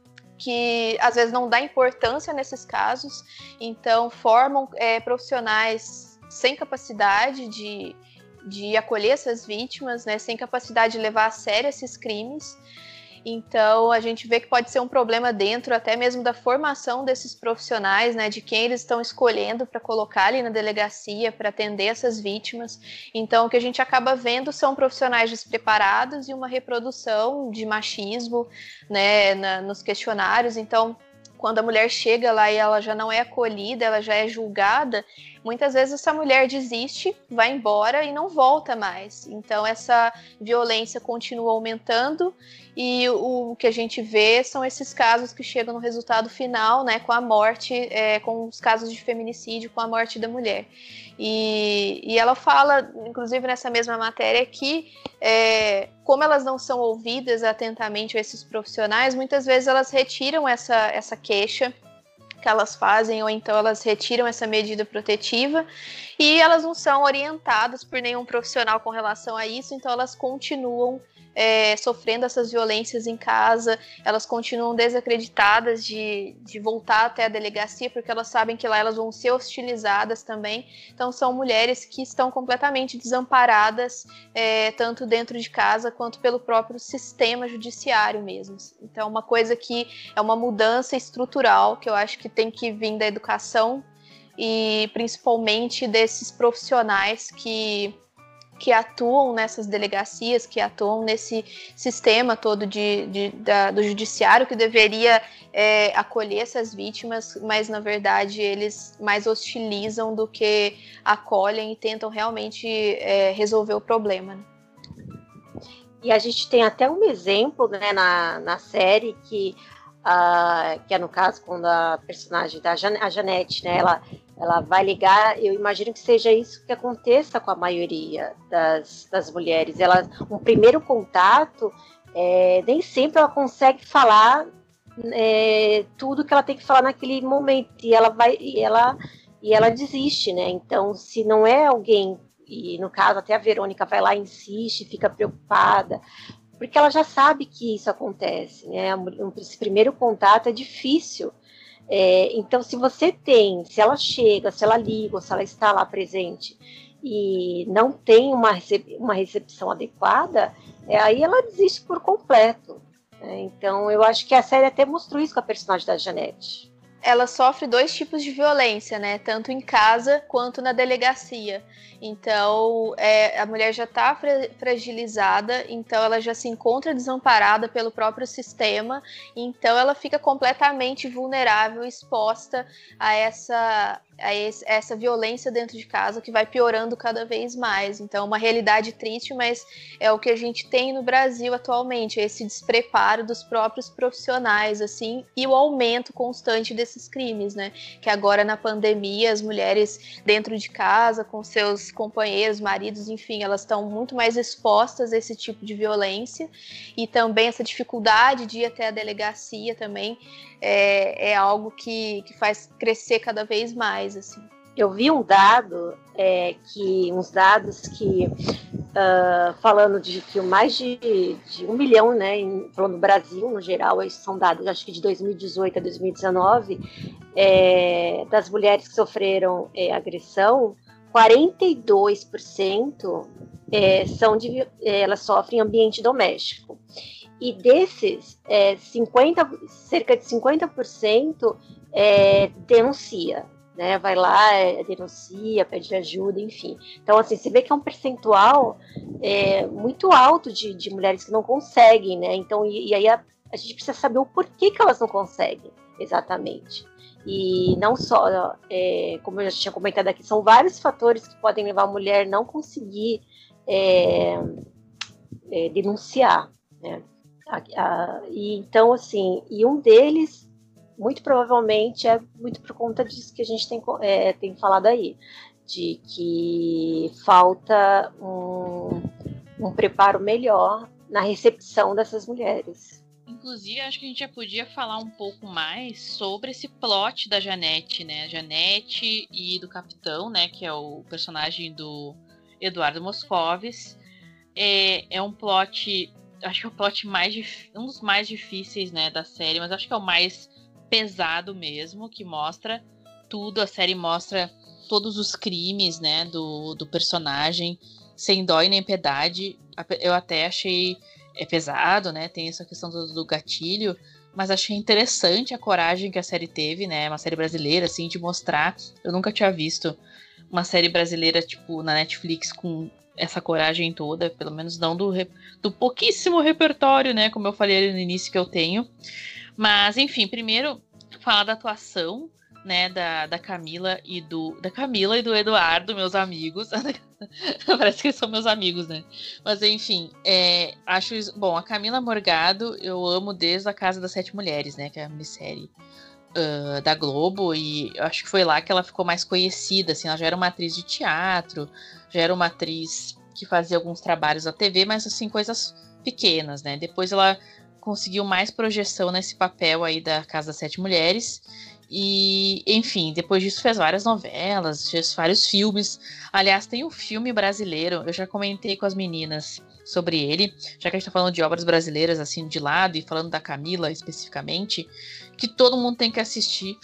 que, às vezes, não dá importância nesses casos. Então, formam é, profissionais sem capacidade de, de acolher essas vítimas, né, sem capacidade de levar a sério esses crimes. Então, a gente vê que pode ser um problema dentro até mesmo da formação desses profissionais, né, de quem eles estão escolhendo para colocar ali na delegacia, para atender essas vítimas. Então, o que a gente acaba vendo são profissionais despreparados e uma reprodução de machismo, né, na, nos questionários. Então, quando a mulher chega lá e ela já não é acolhida, ela já é julgada, muitas vezes essa mulher desiste, vai embora e não volta mais. Então essa violência continua aumentando e o que a gente vê são esses casos que chegam no resultado final, né, com a morte, é, com os casos de feminicídio, com a morte da mulher. E, e ela fala, inclusive nessa mesma matéria, que é, como elas não são ouvidas atentamente, esses profissionais, muitas vezes elas retiram essa, essa queixa que elas fazem, ou então elas retiram essa medida protetiva e elas não são orientadas por nenhum profissional com relação a isso, então elas continuam é, sofrendo essas violências em casa, elas continuam desacreditadas de, de voltar até a delegacia, porque elas sabem que lá elas vão ser hostilizadas também. Então são mulheres que estão completamente desamparadas, é, tanto dentro de casa quanto pelo próprio sistema judiciário mesmo. Então uma coisa que é uma mudança estrutural, que eu acho que tem que vir da educação e principalmente desses profissionais que que atuam nessas delegacias, que atuam nesse sistema todo de, de, da, do judiciário, que deveria é, acolher essas vítimas, mas, na verdade, eles mais hostilizam do que acolhem e tentam realmente é, resolver o problema. Né? E a gente tem até um exemplo, né, na, na série, que, uh, que é no caso quando a personagem da Jan- a Janete, né, ela... ela vai ligar, eu imagino que seja isso que aconteça com a maioria das, das mulheres. Ela, um primeiro contato, é, nem sempre ela consegue falar é, tudo que ela tem que falar naquele momento, e ela, vai, e ela, e ela desiste, né? Então, se não é alguém, e no caso até a Verônica vai lá e insiste, fica preocupada, porque ela já sabe que isso acontece, né? Esse primeiro contato é difícil. É, então, se você tem, se ela chega, se ela liga, ou se ela está lá presente e não tem uma, recep- uma recepção adequada, é, aí ela desiste por completo. Né? Então, eu acho que a série até mostrou isso com a personagem da Janete. Ela sofre dois tipos de violência, né? Tanto em casa quanto na delegacia. Então, é, a mulher já está fra- fragilizada, então ela já se encontra desamparada pelo próprio sistema, então ela fica completamente vulnerável, exposta a essa, a esse, a essa violência dentro de casa, que vai piorando cada vez mais. Então, é uma realidade triste, mas é o que a gente tem no Brasil atualmente, esse despreparo dos próprios profissionais, assim, e o aumento constante desses crimes, né? Que agora na pandemia as mulheres dentro de casa com seus companheiros, maridos, enfim, elas estão muito mais expostas a esse tipo de violência, e também essa dificuldade de ir até a delegacia também é, é algo que, que faz crescer cada vez mais, assim. Eu vi um dado, é, que, uns dados que, uh, falando de que mais de, de um milhão, né, em, falando do Brasil no geral, esses são dados, acho que de dois mil e dezoito a dois mil e dezenove, é, das mulheres que sofreram é, agressão, quarenta e dois por cento é, são de, é, elas sofrem em ambiente doméstico. E desses, é, cinquenta, cerca de cinquenta por cento é, denuncia. Né, vai lá, é, denuncia, pede ajuda, enfim. Então, assim, você vê que é um percentual é, muito alto de, de mulheres que não conseguem, né? Então, e, e aí a, a gente precisa saber o porquê que elas não conseguem, exatamente. E não só, é, como eu já tinha comentado aqui, são vários fatores que podem levar a mulher a não conseguir é, é, denunciar, né? A, a, e, então, assim, e um deles muito provavelmente é muito por conta disso que a gente tem, é, tem falado aí, de que falta um, um preparo melhor na recepção dessas mulheres. Inclusive, acho que a gente já podia falar um pouco mais sobre esse plot da Janete, né? A Janete e do Capitão, né? Que é o personagem do Eduardo Moscovis. É, é um plot, acho que é o plot mais, um dos mais difíceis, né, da série, mas acho que é o mais pesado mesmo, que mostra tudo. A série mostra todos os crimes, né, do, do personagem, sem dó e nem piedade. Eu até achei é pesado, né? Tem essa questão do, do gatilho, mas achei interessante a coragem que a série teve, né? Uma série brasileira, assim, de mostrar. Eu nunca tinha visto uma série brasileira, tipo, na Netflix com essa coragem toda, pelo menos não do, do pouquíssimo repertório, né? Como eu falei ali no início que eu tenho. Mas, enfim, primeiro falar da atuação, né, da, da Camila e do da Camila e do Eduardo, meus amigos. Parece que eles são meus amigos, né? Mas enfim, é, acho bom, a Camila Morgado eu amo desde a Casa das Sete Mulheres, né, que é a minissérie uh, da Globo, e eu acho que foi lá que ela ficou mais conhecida, assim. Ela já era uma atriz de teatro, já era uma atriz que fazia alguns trabalhos na T V, mas assim, coisas pequenas, né? Depois ela conseguiu mais projeção nesse papel aí da Casa das Sete Mulheres. E, enfim, depois disso fez várias novelas, fez vários filmes. Aliás, tem um filme brasileiro, eu já comentei com as meninas sobre ele, já que a gente tá falando de obras brasileiras assim de lado, e falando da Camila especificamente, que todo mundo tem que assistir,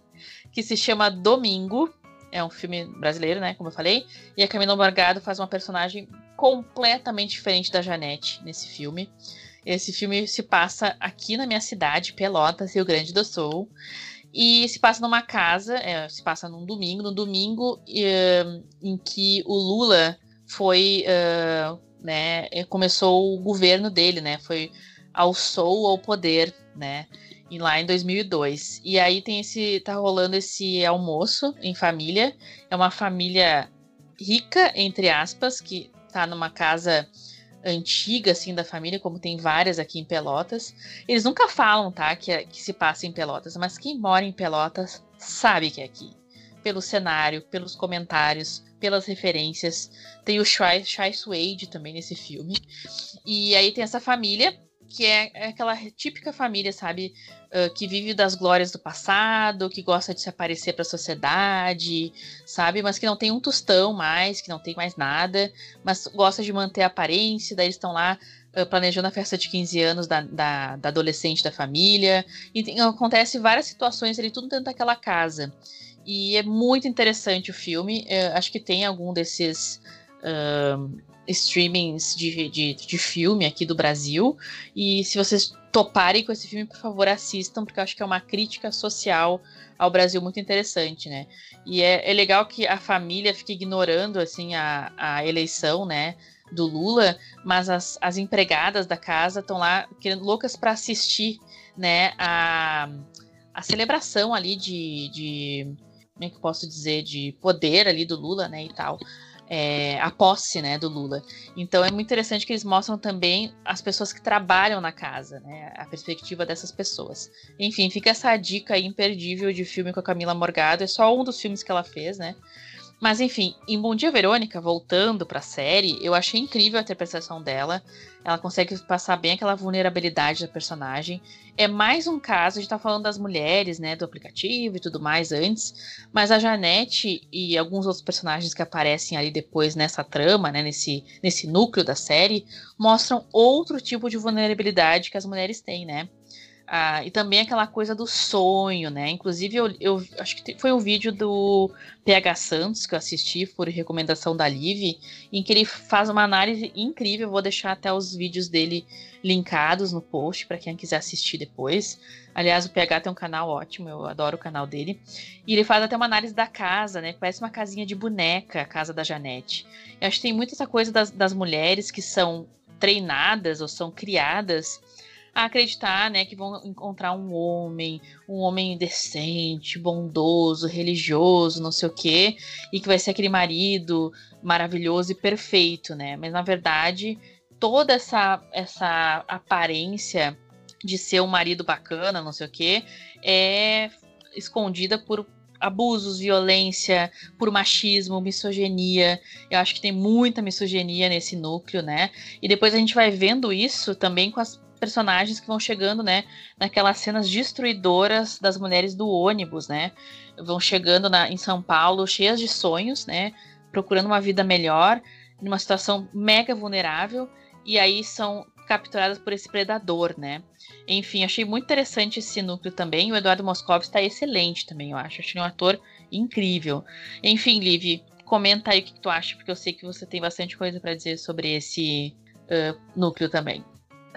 que se chama Domingo. É um filme brasileiro, né, como eu falei, e a Camila Morgado faz uma personagem completamente diferente da Janete nesse filme. Esse filme se passa aqui na minha cidade, Pelotas, Rio Grande do Sul. E se passa numa casa, é, se passa num domingo, no domingo uh, em que o Lula foi, uh, né, começou o governo dele, né, foi alçou ao poder, né, e lá em dois mil e dois. E aí tem esse, tá rolando esse almoço em família, é uma família rica, entre aspas, que tá numa casa antiga, assim, da família, como tem várias aqui em Pelotas. Eles nunca falam, tá, que, que se passa em Pelotas, mas quem mora em Pelotas sabe que é aqui. Pelo cenário, pelos comentários, pelas referências. Tem o Chai, Chai Suede também nesse filme. E aí tem essa família, que é, é aquela típica família, sabe, uh, que vive das glórias do passado, que gosta de se aparecer para a sociedade, sabe, mas que não tem um tostão mais, que não tem mais nada, mas gosta de manter a aparência. Daí eles estão lá uh, planejando a festa de quinze anos da, da, da adolescente da família, e tem, acontece várias situações ali, tudo dentro daquela casa. E é muito interessante o filme. Eu acho que tem algum desses Uh, streamings de, de, de filme aqui do Brasil, e se vocês toparem com esse filme, por favor, assistam, porque eu acho que é uma crítica social ao Brasil muito interessante, né? E é, é legal que a família fique ignorando, assim, a, a eleição, né, do Lula, mas as, as empregadas da casa estão lá querendo, loucas para assistir, né, a, a celebração ali de, de, como é que eu posso dizer, de poder ali do Lula, né, e tal. É, a posse, né, do Lula. Então é muito interessante que eles mostram também as pessoas que trabalham na casa, né, a perspectiva dessas pessoas. Enfim, fica essa dica aí imperdível de filme com a Camila Morgado. É só um dos filmes que ela fez, né. Mas enfim, em Bom Dia Verônica, voltando pra série, eu achei incrível a interpretação dela. Ela consegue passar bem aquela vulnerabilidade da personagem. É mais um caso, a gente tá falando das mulheres, né, do aplicativo e tudo mais antes, mas a Janete e alguns outros personagens que aparecem ali depois nessa trama, né, nesse, nesse núcleo da série, mostram outro tipo de vulnerabilidade que as mulheres têm, né. Ah, e também aquela coisa do sonho, né? Inclusive, eu, eu acho que foi um vídeo do P H Santos que eu assisti por recomendação da Liv, em que ele faz uma análise incrível. Eu vou deixar até os vídeos dele linkados no post para quem quiser assistir depois. Aliás, o P H tem um canal ótimo, eu adoro o canal dele. E ele faz até uma análise da casa, né? Parece uma casinha de boneca, a casa da Janete. Eu acho que tem muito essa coisa das, das mulheres que são treinadas ou são criadas a acreditar, né, que vão encontrar um homem, um homem decente, bondoso, religioso, não sei o quê, e que vai ser aquele marido maravilhoso e perfeito, né? Mas na verdade, toda essa, essa aparência de ser um marido bacana, não sei o quê, é escondida por abusos, violência, por machismo, misoginia. Eu acho que tem muita misoginia nesse núcleo, né? E depois a gente vai vendo isso também com as personagens que vão chegando, né, naquelas cenas destruidoras das mulheres do ônibus, né, vão chegando na, em São Paulo cheias de sonhos, né, procurando uma vida melhor, numa situação mega vulnerável, e aí são capturadas por esse predador, né. Enfim, achei muito interessante esse núcleo também. O Eduardo Moscovitz está excelente também, eu acho, achei um ator incrível. Enfim, Liv, comenta aí o que, que tu acha, porque eu sei que você tem bastante coisa para dizer sobre esse uh, núcleo também.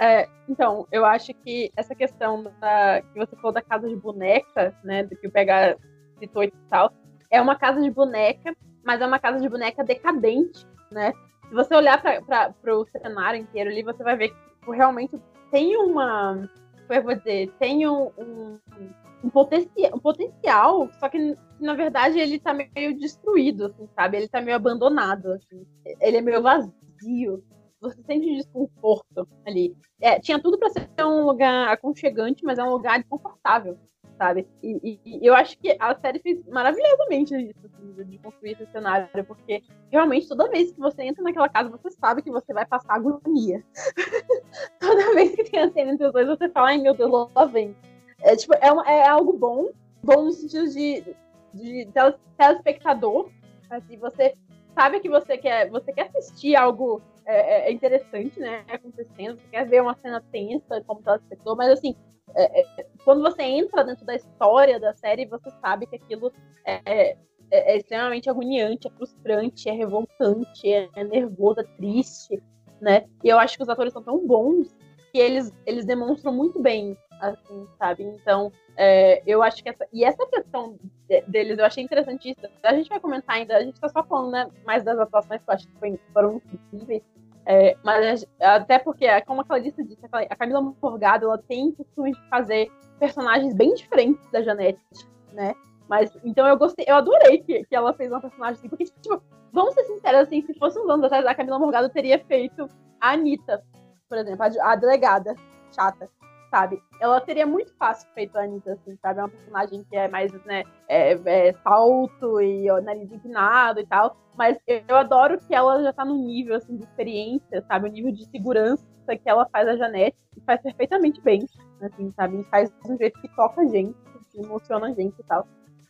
É, então, eu acho que essa questão da, que você falou da casa de boneca, né, do que o P H citou e tal, é uma casa de boneca, mas é uma casa de boneca decadente, né? Se você olhar para o cenário inteiro ali, você vai ver que tipo, realmente tem uma, como eu vou dizer, tem um, um, um, potencial, um potencial, só que na verdade ele tá meio destruído, assim, sabe? Ele tá meio abandonado, assim. Ele é meio vazio. Você sente desconforto ali. É, tinha tudo para ser um lugar aconchegante, mas é um lugar desconfortável, sabe? E, e, e eu acho que a série fez maravilhosamente isso, assim, de construir esse cenário, porque realmente toda vez que você entra naquela casa, você sabe que você vai passar agonia. Toda vez que tem a cena entre os dois, você fala, ai meu Deus, lá vem. É, tipo, é, uma, é algo bom, bom no sentido de, de, de telespectador, assim, você sabe que você quer, você quer assistir algo é, é interessante, né, acontecendo, você quer ver uma cena tensa como telespectador, mas assim, é, é, quando você entra dentro da história da série, você sabe que aquilo é, é, é extremamente agoniante, é frustrante, é revoltante, é, é nervoso, é triste, né, e eu acho que os atores são tão bons que eles, eles demonstram muito bem, assim, sabe, então é, eu acho que essa, e essa questão de, deles, eu achei interessante isso, a gente vai comentar ainda, a gente tá só falando, né, mais das atuações que eu acho que foi, foram incríveis, é, mas até porque, como a Clarissa disse, a Camila Morgado, ela tem o costume de fazer personagens bem diferentes da Janete, né, mas, então eu gostei, eu adorei que, que ela fez uma personagem assim, porque, tipo, vamos ser sinceros, assim, se fosse uns anos atrás, a Camila Morgado teria feito a Anitta, por exemplo, a, a delegada chata, sabe? Ela teria muito fácil feito a Anitta, assim, sabe? É uma personagem que é mais, né, é, é salto e ó, nariz empinado e tal, mas eu, eu adoro que ela já tá no nível, assim, de experiência, sabe? O nível de segurança que ela faz a Janete e faz perfeitamente bem, assim, sabe? E faz de um jeito que toca a gente, que emociona a gente e tal.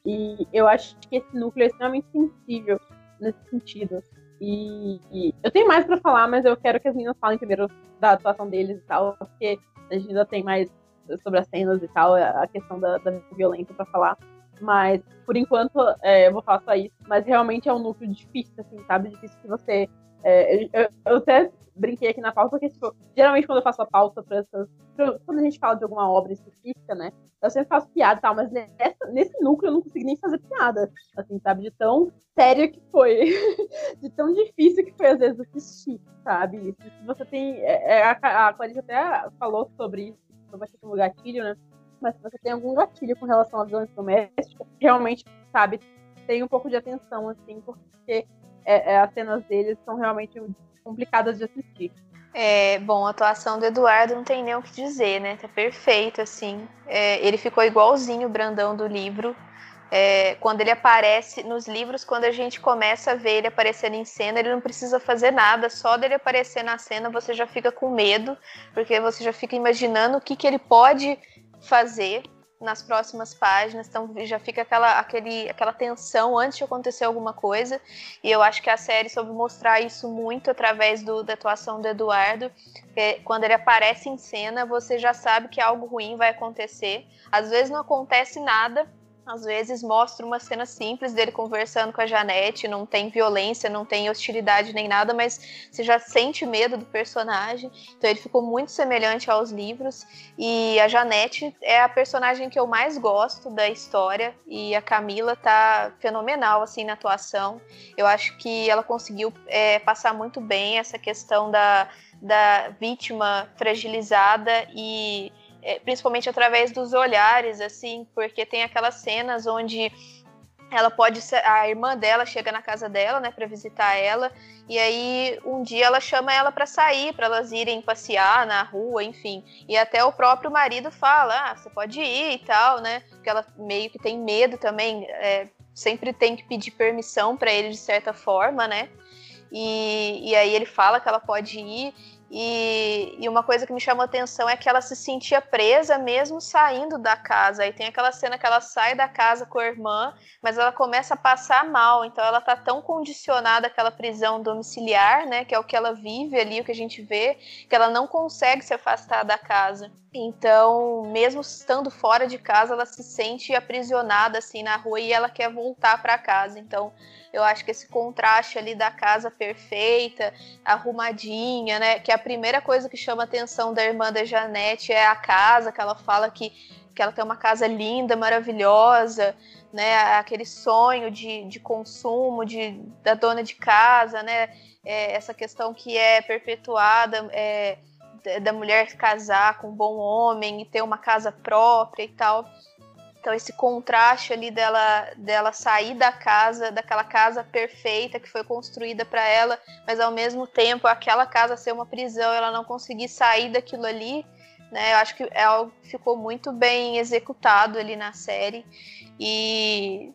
E eu acho que esse núcleo é extremamente sensível nesse sentido. E, e eu tenho mais pra falar, mas eu quero que as meninas falem primeiro da atuação deles e tal, porque a gente ainda tem mais sobre as cenas e tal, a questão da, da violência pra falar. Mas, por enquanto, é, eu vou falar só isso. Mas realmente é um núcleo difícil, assim, sabe? Difícil que você... É, eu, eu até brinquei aqui na pauta, porque, tipo, geralmente quando eu faço a pauta pra essas... Pra, quando a gente fala de alguma obra específica, né? Eu sempre faço piada e tal, mas nessa, nesse núcleo eu não consegui nem fazer piada, assim, sabe? De tão sério que foi. De tão difícil que foi, às vezes, assistir, sabe? Se você tem... É, a, a Clarissa até falou sobre isso, sobre a questão do gatilho, né? Mas se você tem algum gatilho com relação à violência doméstica, realmente, sabe, tem um pouco de atenção, assim, porque é, é, as cenas deles são realmente complicadas de assistir. É, bom, a atuação do Eduardo não tem nem o que dizer, né? Tá perfeito, assim. É, ele ficou igualzinho o Brandão do livro. É, quando ele aparece nos livros, quando a gente começa a ver ele aparecendo em cena, ele não precisa fazer nada, só dele aparecer na cena você já fica com medo, porque você já fica imaginando o que, que ele pode fazer nas próximas páginas, então já fica aquela, aquele, aquela tensão antes de acontecer alguma coisa, e eu acho que a série soube mostrar isso muito através do, da atuação do Eduardo, que quando ele aparece em cena, você já sabe que algo ruim vai acontecer, às vezes não acontece nada, às vezes mostra uma cena simples dele conversando com a Janete, não tem violência, não tem hostilidade nem nada, mas você já sente medo do personagem, então ele ficou muito semelhante aos livros, e a Janete é a personagem que eu mais gosto da história, e a Camila tá fenomenal, assim, na atuação. Eu acho que ela conseguiu é, passar muito bem essa questão da, da vítima fragilizada e... É, principalmente através dos olhares, assim, porque tem aquelas cenas onde ela pode ser, a irmã dela chega na casa dela, né, para visitar ela, e aí um dia ela chama ela para sair, para elas irem passear na rua, enfim, e até o próprio marido fala, ah, você pode ir e tal, né, porque ela meio que tem medo também, é, sempre tem que pedir permissão para ele de certa forma, né, e, e aí ele fala que ela pode ir. E, e uma coisa que me chamou a atenção é que ela se sentia presa mesmo saindo da casa. Aí tem aquela cena que ela sai da casa com a irmã, mas ela começa a passar mal. Então ela tá tão condicionada àquela prisão domiciliar, né, que é o que ela vive ali, o que a gente vê, que ela não consegue se afastar da casa. Então, mesmo estando fora de casa, ela se sente aprisionada assim na rua e ela quer voltar para casa. Então, eu acho que esse contraste ali da casa perfeita, arrumadinha, né? Que a primeira coisa que chama a atenção da irmã da Janete é a casa, que ela fala que, que ela tem uma casa linda, maravilhosa, né? Aquele sonho de, de consumo de, da dona de casa, né? É, essa questão que é perpetuada... É, da mulher casar com um bom homem e ter uma casa própria e tal. Então esse contraste ali dela, dela sair da casa, daquela casa perfeita que foi construída para ela, mas ao mesmo tempo aquela casa ser uma prisão, ela não conseguir sair daquilo ali, né? Eu acho que é algo que ficou muito bem executado ali na série. E,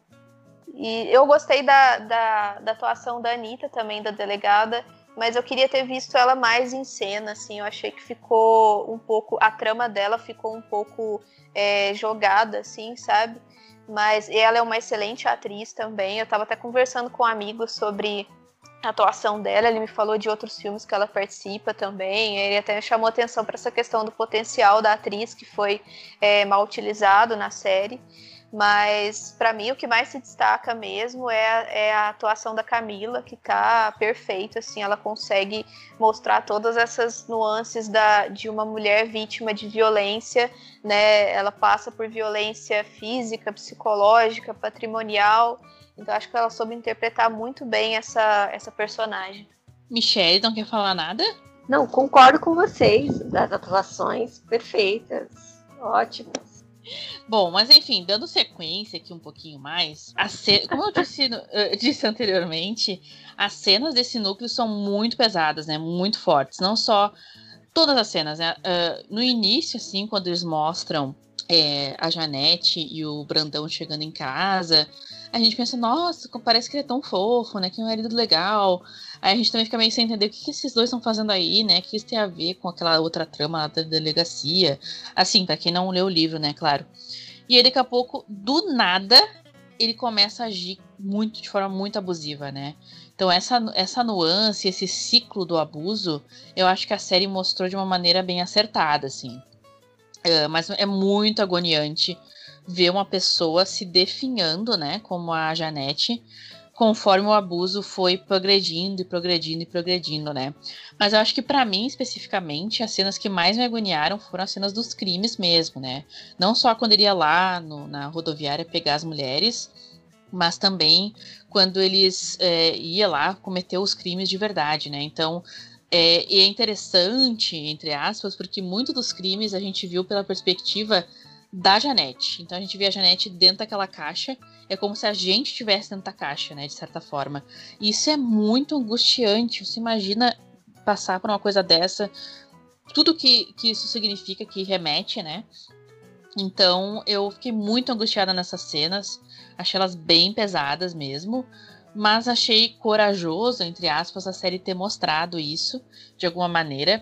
e eu gostei da, da, da atuação da Anitta também, da delegada, mas eu queria ter visto ela mais em cena, assim, eu achei que ficou um pouco, a trama dela ficou um pouco é, jogada, assim, sabe? Mas ela é uma excelente atriz também, eu tava até conversando com um amigo sobre a atuação dela, ele me falou de outros filmes que ela participa também, ele até chamou atenção para essa questão do potencial da atriz, que foi é, mal utilizado na série. Mas, para mim, o que mais se destaca mesmo é a, é a atuação da Camila, que tá perfeita, assim, ela consegue mostrar todas essas nuances da, de uma mulher vítima de violência, né? Ela passa por violência física, psicológica, patrimonial, então acho que ela soube interpretar muito bem essa, essa personagem. Michelle, não quer falar nada? Não, concordo com vocês, das atuações perfeitas, ótimas. Bom, mas enfim, dando sequência aqui um pouquinho mais, a ce... como eu disse, eu disse anteriormente, as cenas desse núcleo são muito pesadas, né? Muito fortes. Não só todas as cenas, né? Uh, no início, assim, quando eles mostram é, a Janete e o Brandão chegando em casa, a gente pensa, nossa, parece que ele é tão fofo, né? Que marido legal. Aí a gente também fica meio sem entender o que, que esses dois estão fazendo aí, né? O que isso tem a ver com aquela outra trama lá da delegacia. Assim, pra quem não leu o livro, né? Claro. E aí, daqui a pouco, do nada, ele começa a agir muito, de forma muito abusiva, né? Então, essa, essa nuance, esse ciclo do abuso, eu acho que a série mostrou de uma maneira bem acertada, assim. É, mas é muito agoniante ver uma pessoa se definhando, né? Como a Janete, conforme o abuso foi progredindo e progredindo e progredindo, né? Mas eu acho que pra mim, especificamente, as cenas que mais me agoniaram foram as cenas dos crimes mesmo, né? Não só quando ele ia lá no, na rodoviária pegar as mulheres, mas também quando eles é, ia lá cometer os crimes de verdade, né? Então, é, e é interessante, entre aspas, porque muitos dos crimes a gente viu pela perspectiva da Janete. Então a gente vê a Janete dentro daquela caixa, é como se a gente estivesse dentro da caixa, né, de certa forma. E isso é muito angustiante. Você imagina passar por uma coisa dessa, tudo que, que isso significa, que remete, né? Então eu fiquei muito angustiada nessas cenas, achei elas bem pesadas mesmo, mas achei corajoso, entre aspas, a série ter mostrado isso de alguma maneira.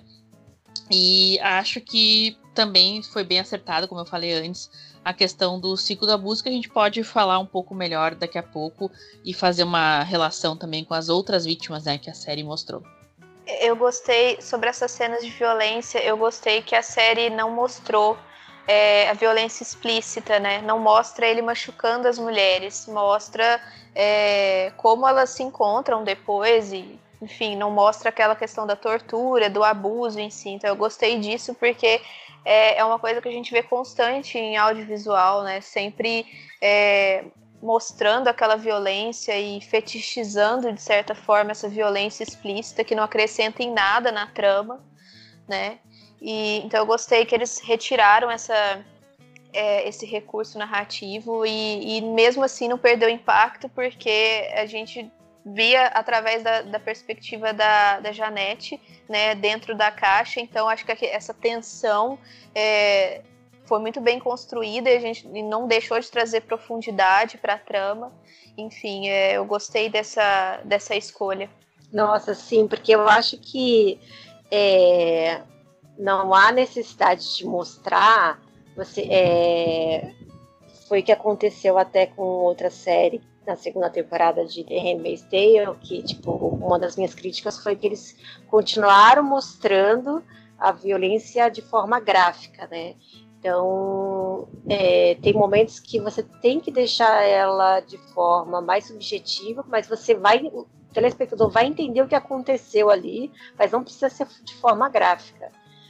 E acho que também foi bem acertado, como eu falei antes, a questão do ciclo do abuso, que a gente pode falar um pouco melhor daqui a pouco e fazer uma relação também com as outras vítimas, né, que a série mostrou. Eu gostei, sobre essas cenas de violência, eu gostei que a série não mostrou é, a violência explícita, né? Não mostra ele machucando as mulheres, mostra é, como elas se encontram depois e, enfim, não mostra aquela questão da tortura, do abuso em si. Então eu gostei disso porque é, é uma coisa que a gente vê constante em audiovisual, né? Sempre é, mostrando aquela violência e fetichizando, de certa forma, essa violência explícita que não acrescenta em nada na trama, né? E, então eu gostei que eles retiraram essa, é, esse recurso narrativo e, e mesmo assim não perdeu impacto, porque a gente via através da, da perspectiva da, da Janete, né, dentro da caixa. Então acho que essa tensão é, foi muito bem construída e a gente não deixou de trazer profundidade para a trama. Enfim, é, eu gostei dessa, dessa escolha. Nossa, sim, porque eu acho que é, não há necessidade de mostrar. Você, é, foi o que aconteceu até com outra série na segunda temporada de The Handmaid's Tale, que tipo, uma das minhas críticas foi que eles continuaram mostrando a violência de forma gráfica, né? Então, é, tem momentos que você tem que deixar ela de forma mais subjetiva, mas você vai, o telespectador vai entender o que aconteceu ali, mas não precisa ser de forma gráfica.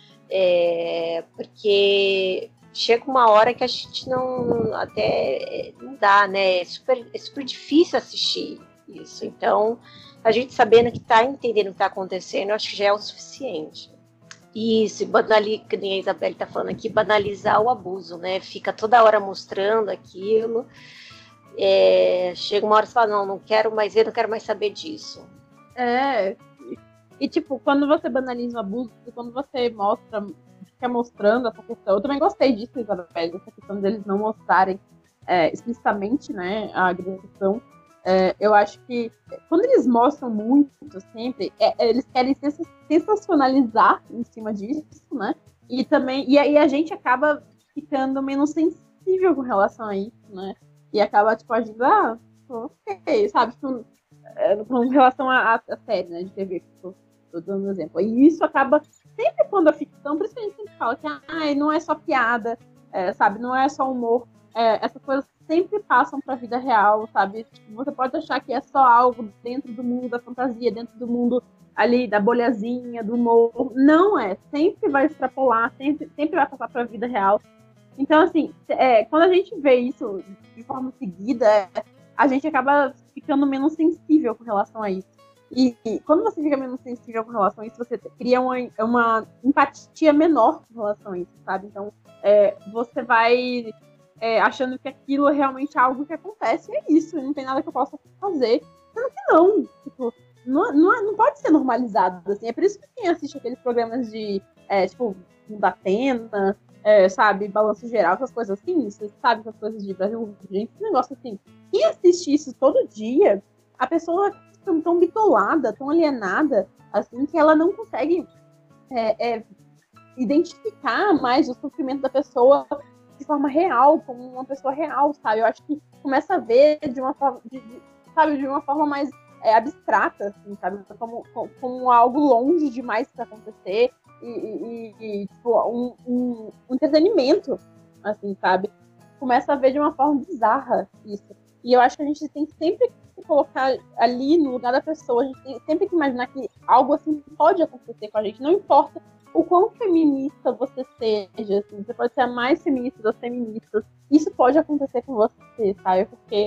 É, porque chega uma hora que a gente não, até não dá, né? É super, é super difícil assistir isso. Então, a gente sabendo que está entendendo o que está acontecendo, eu acho que já é o suficiente. Isso, banalizar, que nem a Isabelle está falando aqui, banalizar o abuso, né? Fica toda hora mostrando aquilo. É, chega uma hora e você fala, não, não quero mais ver, não quero mais saber disso. É, e tipo, quando você banaliza o abuso, quando você mostra, fica mostrando essa questão, eu também gostei disso, Isabelle, essa questão deles não mostrarem é, explicitamente, né, a agressão. É, eu acho que quando eles mostram muito sempre, é, eles querem sensacionalizar em cima disso, né? E também e aí a gente acaba ficando menos sensível com relação a isso, né? E acaba tipo agindo, ah, ok, sabe? Com, com relação à série, né? De T V, tô, tô dando um exemplo. E isso acaba sempre quando a ficção, por isso que a gente sempre fala que ah, não é só piada, é, sabe? Não é só humor. É, essas coisas sempre passam para a vida real, sabe? Você pode achar que é só algo dentro do mundo da fantasia, dentro do mundo ali da bolhazinha, do humor. Não é. Sempre vai extrapolar, sempre, sempre vai passar para a vida real. Então, assim, é, quando a gente vê isso de forma seguida, é, a gente acaba ficando menos sensível com relação a isso. E, e quando você fica menos sensível com relação a isso, você cria uma, uma empatia menor com relação a isso, sabe? Então, é, você vai... É, achando que aquilo é realmente algo que acontece, e é isso, não tem nada que eu possa fazer. Sendo que não, tipo, não, não, não pode ser normalizado, assim. É por isso que quem assiste aqueles programas de, é, tipo, da Atena, é, sabe, Balanço Geral, essas coisas assim, você sabe, essas coisas de Brasil, gente, esse negócio assim. Quem assiste isso todo dia, a pessoa fica tão bitolada, tão alienada, assim, que ela não consegue é, é, identificar mais o sofrimento da pessoa de forma real, como uma pessoa real, sabe? Eu acho que começa a ver de uma forma, de, de, sabe, de uma forma mais é, abstrata, assim, sabe? Como, como, como algo longe demais para acontecer e, e, e tipo, um, um, um entretenimento, assim, sabe? Começa a ver de uma forma bizarra isso. E eu acho que a gente tem sempre que colocar ali no lugar da pessoa, a gente tem sempre que imaginar que algo assim pode acontecer com a gente, não importa o quão feminista você seja, assim, você pode ser a mais feminista das feministas, isso pode acontecer com você, sabe? Porque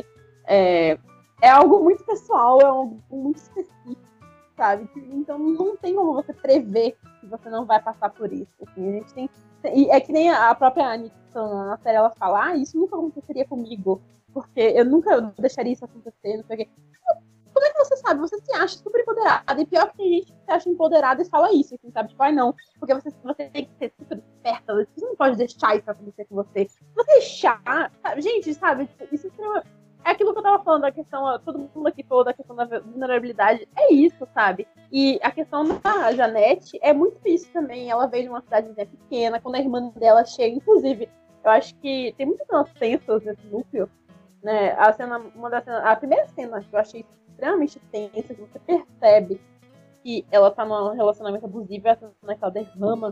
é, é algo muito pessoal, é algo muito específico, sabe? Então não tem como você prever que você não vai passar por isso. Assim. A gente tem, e é que nem a própria Anitta na série, ela fala, ah, isso nunca aconteceria comigo, porque eu nunca deixaria isso acontecer, não sei o quê. Como é que você sabe? Você se acha super empoderada. E pior que tem gente que se acha empoderada e fala isso, assim, sabe? Tipo, ai não, porque você, você tem que ser super esperta, você não pode deixar isso acontecer com você. Se você deixar, sabe? Gente, sabe? Isso é aquilo que eu tava falando, a questão, todo mundo aqui falou da questão da vulnerabilidade, é isso, sabe? E a questão da Janete é muito isso também. Ela veio de uma cidadezinha pequena, quando a irmã dela chega, inclusive, eu acho que tem muitas cenas tensas nesse núcleo, né? A cena, uma das cenas, a primeira cena que eu achei extremamente tensa, que você percebe que ela tá num relacionamento abusivo, essa cena que ela derrama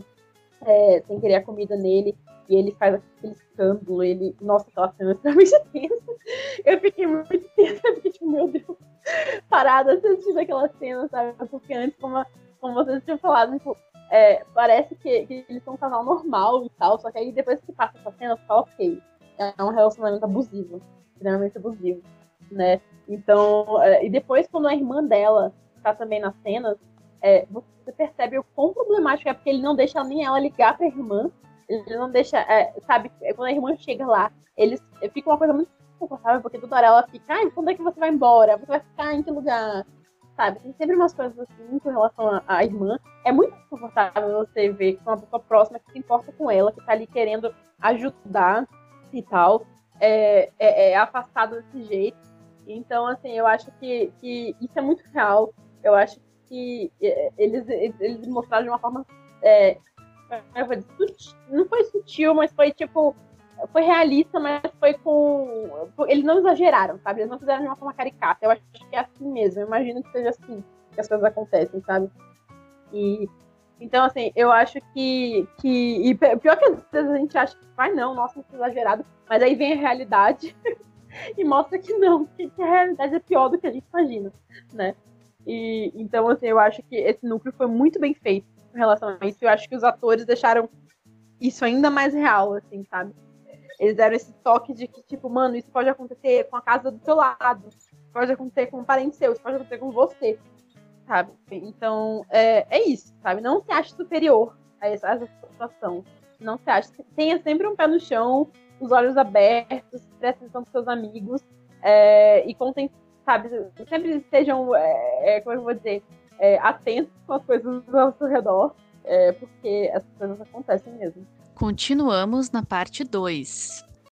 é, sem querer a comida nele, e ele faz aquele escândalo, ele... Nossa, aquela cena é extremamente tensa. Eu fiquei muito tensa, porque, tipo, meu Deus, parada assistindo aquela cena, sabe? Porque antes, como, a, como vocês tinham falado, tipo, é, parece que, que eles são um casal normal e tal, só que aí depois que passa essa cena, você fala, ok, é um relacionamento abusivo, extremamente abusivo, né? Então, é, e depois quando a irmã dela tá também nas cenas, é, você percebe o quão problemático é, porque ele não deixa nem ela ligar pra irmã, ele não deixa, é, sabe, quando a irmã chega lá, eles fica uma coisa muito confortável, porque toda hora ela fica, ai, quando é que você vai embora? Você vai ficar em que lugar? Sabe, tem sempre umas coisas assim com relação à irmã. É muito confortável você ver que uma pessoa próxima que se importa com ela, que tá ali querendo ajudar e tal, é, é, é afastada desse jeito. Então, assim, eu acho que, que isso é muito real. Eu acho que eles, eles mostraram de uma forma... É, não foi sutil, mas foi, tipo... Foi realista, mas foi com... Eles não exageraram, sabe? Eles não fizeram de uma forma caricata. Eu acho que é assim mesmo. Eu imagino que seja assim que as coisas acontecem, sabe? E Então, assim, eu acho que, que... E pior que às vezes a gente acha que vai, não, nossa, isso é exagerado. Mas aí vem a realidade e mostra que não, que a realidade é pior do que a gente imagina, né? E, então, assim, eu acho que esse núcleo foi muito bem feito em relação a isso. Eu acho que os atores deixaram isso ainda mais real, assim, sabe? Eles deram esse toque de que, tipo, mano, isso pode acontecer com a casa do seu lado, pode acontecer com um parente seu, isso pode acontecer com você, sabe? Então, é, é isso, sabe? Não se ache superior a essa, a essa situação. Não se ache. Tenha sempre um pé no chão, os olhos abertos, preste atenção pros seus amigos, é, e contem, sabe? Sempre estejam, é, é, como eu vou dizer, é, atentos com as coisas ao seu redor, é, porque essas coisas acontecem mesmo. Continuamos na parte dois.